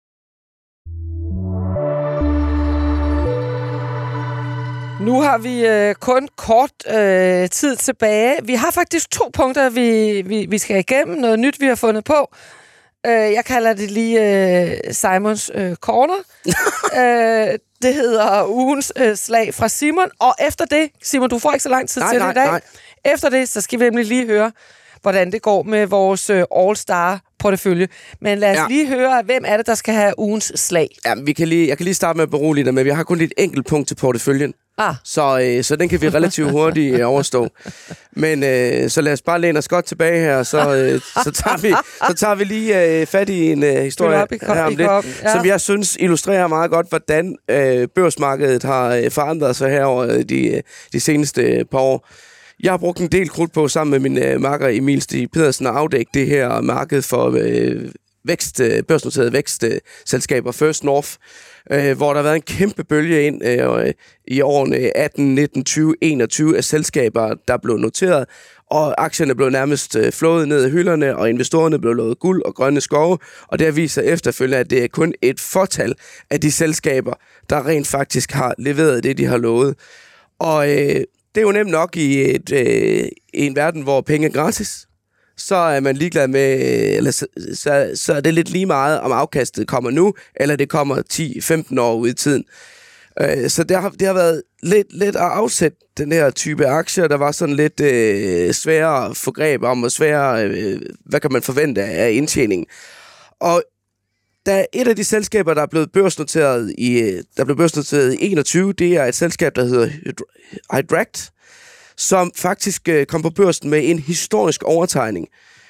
Nu har vi øh, kun kort øh, tid tilbage. Vi har faktisk to punkter, vi, vi, vi skal igennem. Noget nyt, vi har fundet på. Jeg kalder det lige øh, Simons øh, Corner. øh, det hedder ugens øh, slag fra Simon. Og efter det, Simon, du får ikke så lang tid nej, til nej, det i dag. Nej. Efter det, så skal vi nemlig lige høre, hvordan det går med vores øh, All-Star-portefølje. Men lad os ja. lige høre, hvem er det, der skal have ugens slag? Ja, vi kan lige, jeg kan lige starte med at berolige dig med, vi har kun et enkelt punkt til porteføljen. Ah. Så, øh, så den kan vi relativt hurtigt øh, overstå. Men øh, så lad os bare læne os godt tilbage her, så, øh, så, tager, vi, så tager vi lige øh, fat i en øh, historie op i kom, her om i lidt, ja. som jeg synes illustrerer meget godt, hvordan øh, børsmarkedet har øh, forandret sig her over de, de seneste par år. Jeg har brugt en del krudt på, sammen med min øh, makker Emil Stig Pedersen, at afdække det her marked for øh, vækst, øh, børsnoterede vækstselskaber, First North, øh, hvor der har været en kæmpe bølge ind øh, i årene atten, nitten, tyve, enogtyve af selskaber, der blev noteret, og aktierne blev nærmest øh, flået ned i hylderne, og investorerne blev lovet guld og grønne skove, og det har vist sig efterfølgende, at det er kun et fortal af de selskaber, der rent faktisk har leveret det, de har lovet. Og øh, det er jo nemt nok i, et, øh, i en verden, hvor penge er gratis. Så er man ligeglad med, eller så, så, så er det lidt lige meget, om afkastet kommer nu, eller det kommer ti femten år ud i tiden. Øh, så det har, det har været lidt, lidt at afsætte den her type aktier, der var sådan lidt øh, svære at få greb om, og svære, øh, hvad kan man forvente af indtjeningen. Og der er et af de selskaber, der er blevet børsnoteret i, der blev børsnoteret i enogtyve, det er et selskab, der hedder Hydract, som faktisk kom på børsen med en historisk overtegning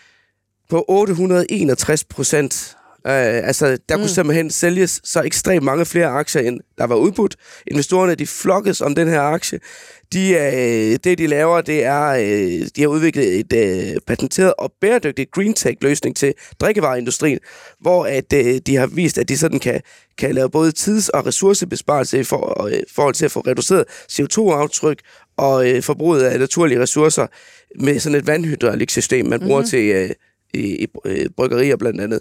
på otte hundrede og enogtres procent. Uh, altså, der mm. kunne simpelthen sælges så ekstremt mange flere aktier, end der var udbudt. Investorerne, de flokkes om den her aktie. De, uh, det, de laver, det er, uh, de har udviklet et uh, patenteret og bæredygtigt green tech-løsning til drikkevareindustrien, hvor at, uh, de har vist, at de sådan kan, kan lave både tids- og ressourcebesparelse i for, uh, forhold til at få reduceret C O to aftryk og uh, forbruget af naturlige ressourcer med sådan et vandhydrauliksystem, man bruger mm-hmm. til uh, i, i, i bryggerier blandt andet.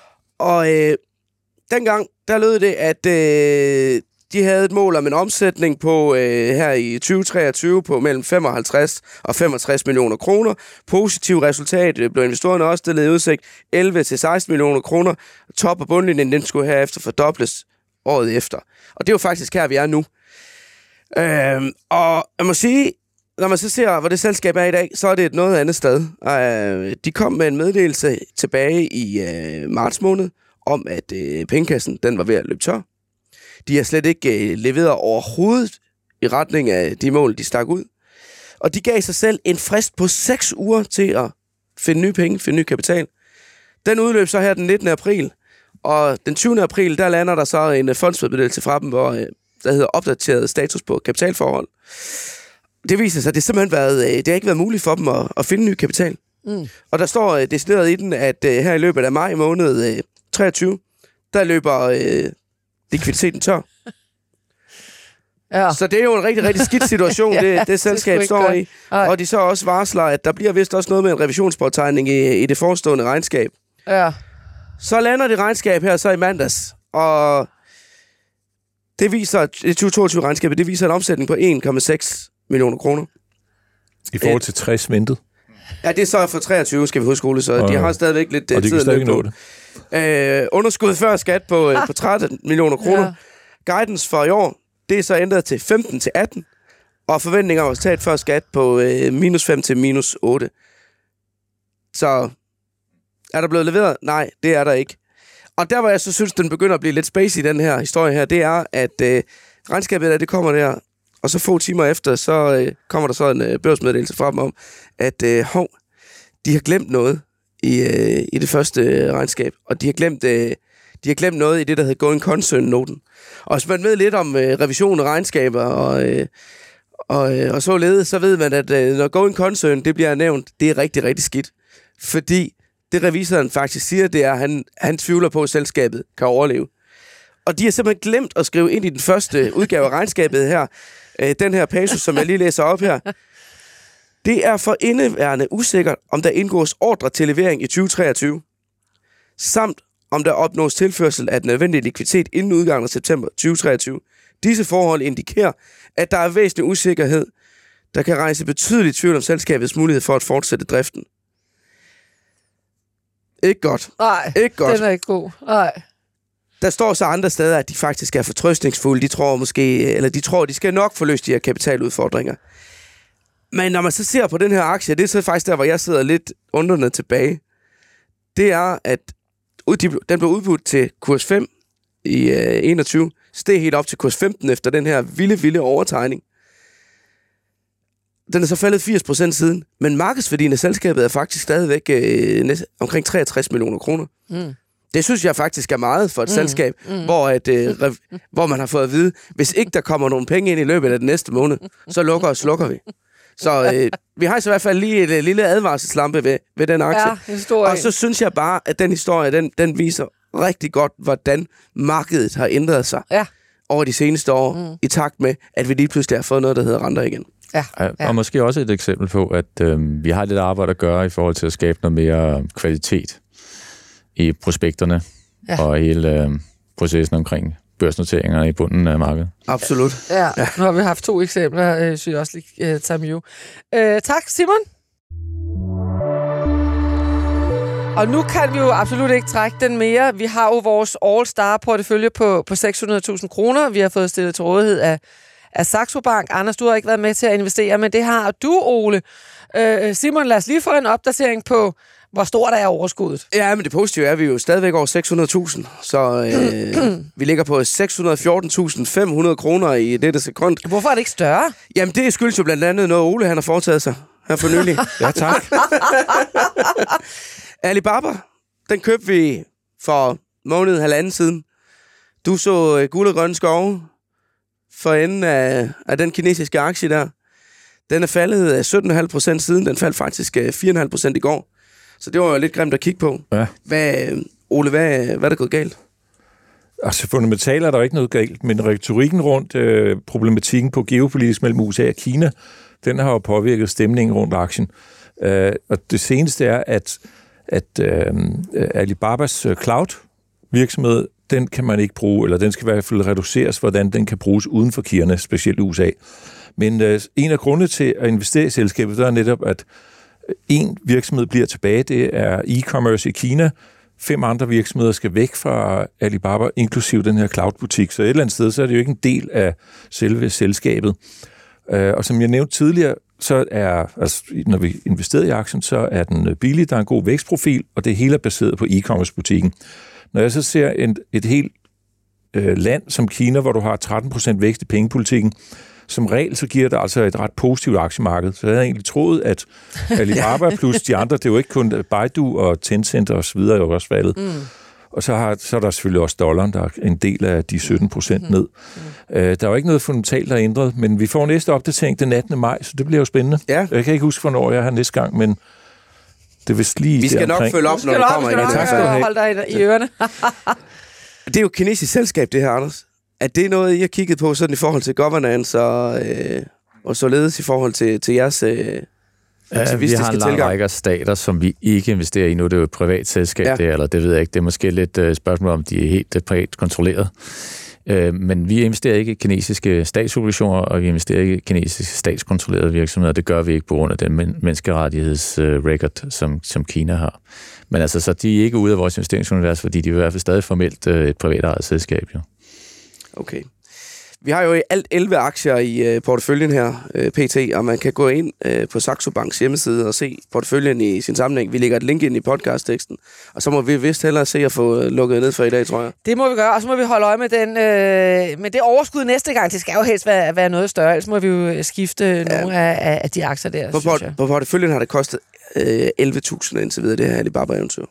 Og øh, dengang, der lød det, at øh, de havde et mål om en omsætning på øh, her i tyve treogtyve på mellem femoghalvtreds og femogtres millioner kroner. Positiv resultat blev investorerne også stillet i udsigt. elleve til seksten millioner kroner. Top- og bundlinjen, den skulle herefter fordobles året efter. Og det er jo faktisk her, vi er nu. Øh, og jeg må sige, når man så ser, hvor det selskab er i dag, så er det et noget andet sted. Uh, de kom med en meddelelse tilbage i uh, marts måned, om at uh, pengekassen, den var ved at løbe tør. De har slet ikke uh, leveret overhovedet i retning af de mål, de stak ud. Og de gav sig selv en frist på seks uger til at finde nye penge, finde ny kapital. Den udløb så her den nittende april, og den tyvende april, der lander der så en uh, fondsmeddelelse fra dem, hvor uh, der hedder opdateret status på kapitalforhold. Det viser sig, at det simpelthen været, det har ikke været muligt for dem at, at finde ny kapital. Mm. Og der står uh, decideret i den, at uh, her i løbet af maj måned uh, treogtyve, der løber uh, likviditeten tør. Ja. Så det er jo en rigtig, rigtig skidt situation, ja, det, det selskab det står i. Ej. Og de så også varsler, at der bliver vist også noget med en revisionspåtegning i, i det forestående regnskab. Ja. Så lander det regnskab her så i mandags, og det viser, det tyve toogtyve regnskabet, det viser en omsætning på en komma seks millioner kroner. I forhold til tres ventet? Ja, det er så for treogtyve, skal vi huske, Ole, så og, de har stadigvæk lidt tid. Og de kan stadig nå det. Øh, underskud før skat på, på tretten millioner kroner. Ja. Guidance for i år, det er så ændret til femten til atten, og forventninger om resultat før skat på øh, minus fem til minus otte. Så er der blevet leveret? Nej, det er der ikke. Og der, hvor jeg så synes, den begynder at blive lidt space i den her historie her, det er, at øh, regnskabet der, det kommer der, og så få timer efter, så øh, kommer der så en øh, børsmeddelelse fra dem om, at øh, hov, de har glemt noget i, øh, i det første øh, regnskab, og de har glemt øh, de har glemt noget i det, der hedder Going Concern-noten. Og hvis man ved lidt om øh, revision af regnskaber og, øh, og, øh, og så ledet, så ved man, at øh, når Going Concern, det bliver nævnt, det er rigtig, rigtig skidt. Fordi det revisoren faktisk siger, det er, at han, han tvivler på, at selskabet kan overleve. Og de har simpelthen glemt at skrive ind i den første udgave af regnskabet her, øh, den her passus, som jeg lige læser op her. Det er for indeværende usikkert, om der indgås ordre til levering i tyve treogtyve, samt om der opnås tilførsel af den nødvendige likviditet inden udgangen af september tyve treogtyve. Disse forhold indikerer, at der er væsentlig usikkerhed, der kan rejse betydelig tvivl om selskabets mulighed for at fortsætte driften. Ikke godt. Nej, ikke godt. Den er ikke god. Nej. Der står så andre steder, at de faktisk er fortrøstningsfulde. De tror måske, eller de tror, de skal nok få løst de her kapitaludfordringer. Men når man så ser på den her aktie, det er så faktisk der, hvor jeg sidder lidt undrende tilbage. Det er, at den blev udbudt til kurs fem i enogtyve, steg helt op til kurs femten efter den her vilde, vilde overtegning. den er så faldet firs procent siden, men markedsværdien af selskabet er faktisk stadigvæk øh, næste, omkring treogtres millioner kroner. Mm. Det synes jeg faktisk er meget for et mm. selskab, mm. Hvor, at, øh, rev, hvor man har fået at vide, hvis ikke der kommer nogen penge ind i løbet af den næste måned, så lukker og slukker vi. Så øh, vi har så i hvert fald lige et, et lille advarselslampe ved, ved den aktie. Ja, og så synes jeg bare, at den historie, den, den viser rigtig godt, hvordan markedet har ændret sig ja. over de seneste år, mm. i takt med, at vi lige pludselig har fået noget, der hedder renter igen. Ja, ja. Og måske også et eksempel på, at øh, vi har lidt arbejde at gøre i forhold til at skabe noget mere kvalitet i prospekterne ja. og hele øh, processen omkring børsnoteringer i bunden af markedet. Absolut. Ja, ja. Nu har vi haft to eksempler, øh, synes jeg også lige uh, tager med. Øh, tak, Simon. Og nu kan vi jo absolut ikke trække den mere. Vi har jo vores All-Star-portefølje på, på seks hundrede tusind kroner. Vi har fået stillet til rådighed af, af Saxo Bank. Anders, du har ikke været med til at investere, men det har du, Ole. Øh, Simon, lad os lige få en opdatering på, hvor stort er overskuddet. Ja, men det positive er, at vi jo stadigvæk over seks hundrede tusind. Så øh, vi ligger på seks hundrede og fjorten tusind fem hundrede kroner i dette sekund. Hvorfor er det ikke større? Jamen, det skyldes jo blandt andet noget, Ole han har foretaget sig her for nylig. Ja, tak. Alibaba, den købte vi for måneden halvanden siden. Du så uh, guld og grønne skove for enden af, af den kinesiske aktie der. Den er faldet sytten komma fem procent siden. Den faldt faktisk uh, fire komma fem procent i går. Så det var jo lidt grimt at kigge på. Ja. Hvad, Ole, hvad, hvad er der gået galt? Altså fundamentalt er der ikke noget galt, men retorikken rundt øh, problematikken på geopolitisk mellem U S A og Kina, den har jo påvirket stemningen rundt aktien. Øh, og det seneste er, at at øh, Alibabas cloud virksomhed, den kan man ikke bruge, eller den skal i hvert fald reduceres, hvordan den kan bruges uden for Kina, specielt U S A. Men øh, en af grundene til at investere i selskabet, der er netop, at en virksomhed bliver tilbage, det er e-commerce i Kina. Fem andre virksomheder skal væk fra Alibaba, inklusive den her cloud-butik. Så et eller andet sted, så er det jo ikke en del af selve selskabet. Øh, og som jeg nævnte tidligere, så er, altså, når vi investerer i aktien, så er den billig, der er en god vækstprofil, og det hele er baseret på e-commerce-butikken. Når jeg så ser en, et helt øh, land som Kina, hvor du har tretten procent vækst i pengepolitikken, som regel, så giver det altså et ret positivt aktiemarked. Så jeg havde egentlig troet, at Alibaba plus de andre, det er jo ikke kun Baidu og Tencent og så videre, er jo også faldet. Mm. Og så, har, så er der selvfølgelig også dollaren, der er en del af de sytten procent ned. Mm. Øh, der er jo ikke noget fundamentalt, der er ændret, men vi får næste opdatering den attende maj, så det bliver jo spændende. Ja. Jeg kan ikke huske, hvornår jeg har næste gang, men det er vist lige vi skal nok følge op, når du kommer ind. Tak skal du have. Hold dig i ørerne. Det er jo et kinesisk selskab, det her, Anders. Er det noget, I har kigget på sådan i forhold til governance og, øh, og således i forhold til, til jeres øh, ja, vi har en lang tilgang. række stater, som vi ikke investerer i nu. Det er jo et privat selskab, ja. det, eller det ved jeg ikke. Det er måske lidt uh, spørgsmål om, de er helt uh, privat kontrolleret. Uh, men vi investerer ikke i kinesiske statsobligationer, og vi investerer ikke i kinesiske statskontrollerede virksomheder. Det gør vi ikke på grund af den men- menneskerettighedsrecord, uh, som, som Kina har. Men altså, så de er ikke ude af vores investeringsunivers, fordi de er i hvert fald stadig formelt uh, et privat ejet selskab, jo. Okay. Vi har jo alt elleve aktier i øh, porteføljen her, øh, P T, og man kan gå ind øh, på Saxo Banks hjemmeside og se porteføljen i sin sammenhæng. Vi lægger et link ind i podcastteksten, og så må vi vist hellere se at få lukket ned for i dag, tror jeg. Det må vi gøre, og så må vi holde øje med, den, øh, med det overskud næste gang. Det skal jo helst være, være noget større, ellers må vi jo skifte ja. nogle af, af de aktier der, på, synes jeg. På porteføljen har det kostet øh, elleve tusind indtil videre, det her Alibaba-eventyr.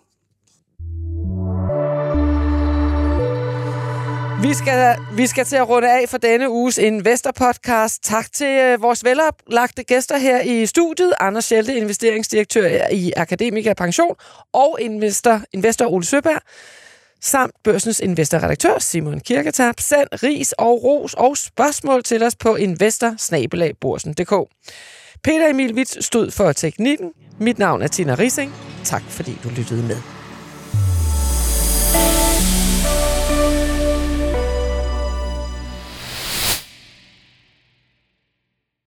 Vi skal, vi skal til at runde af for denne uges Investor-podcast. Tak til øh, vores veloplagte gæster her i studiet. Anders Schelte, investeringsdirektør i Akademiker Pension, og investor, investor Ole Søberg, samt Børsens investorredaktør Simon Kirketab. Send ris og ros og spørgsmål til os på investor bindestreg borsen punktum d k. Peter Emil Witz stod for teknikken. Mit navn er Tina Rising. Tak fordi du lyttede med.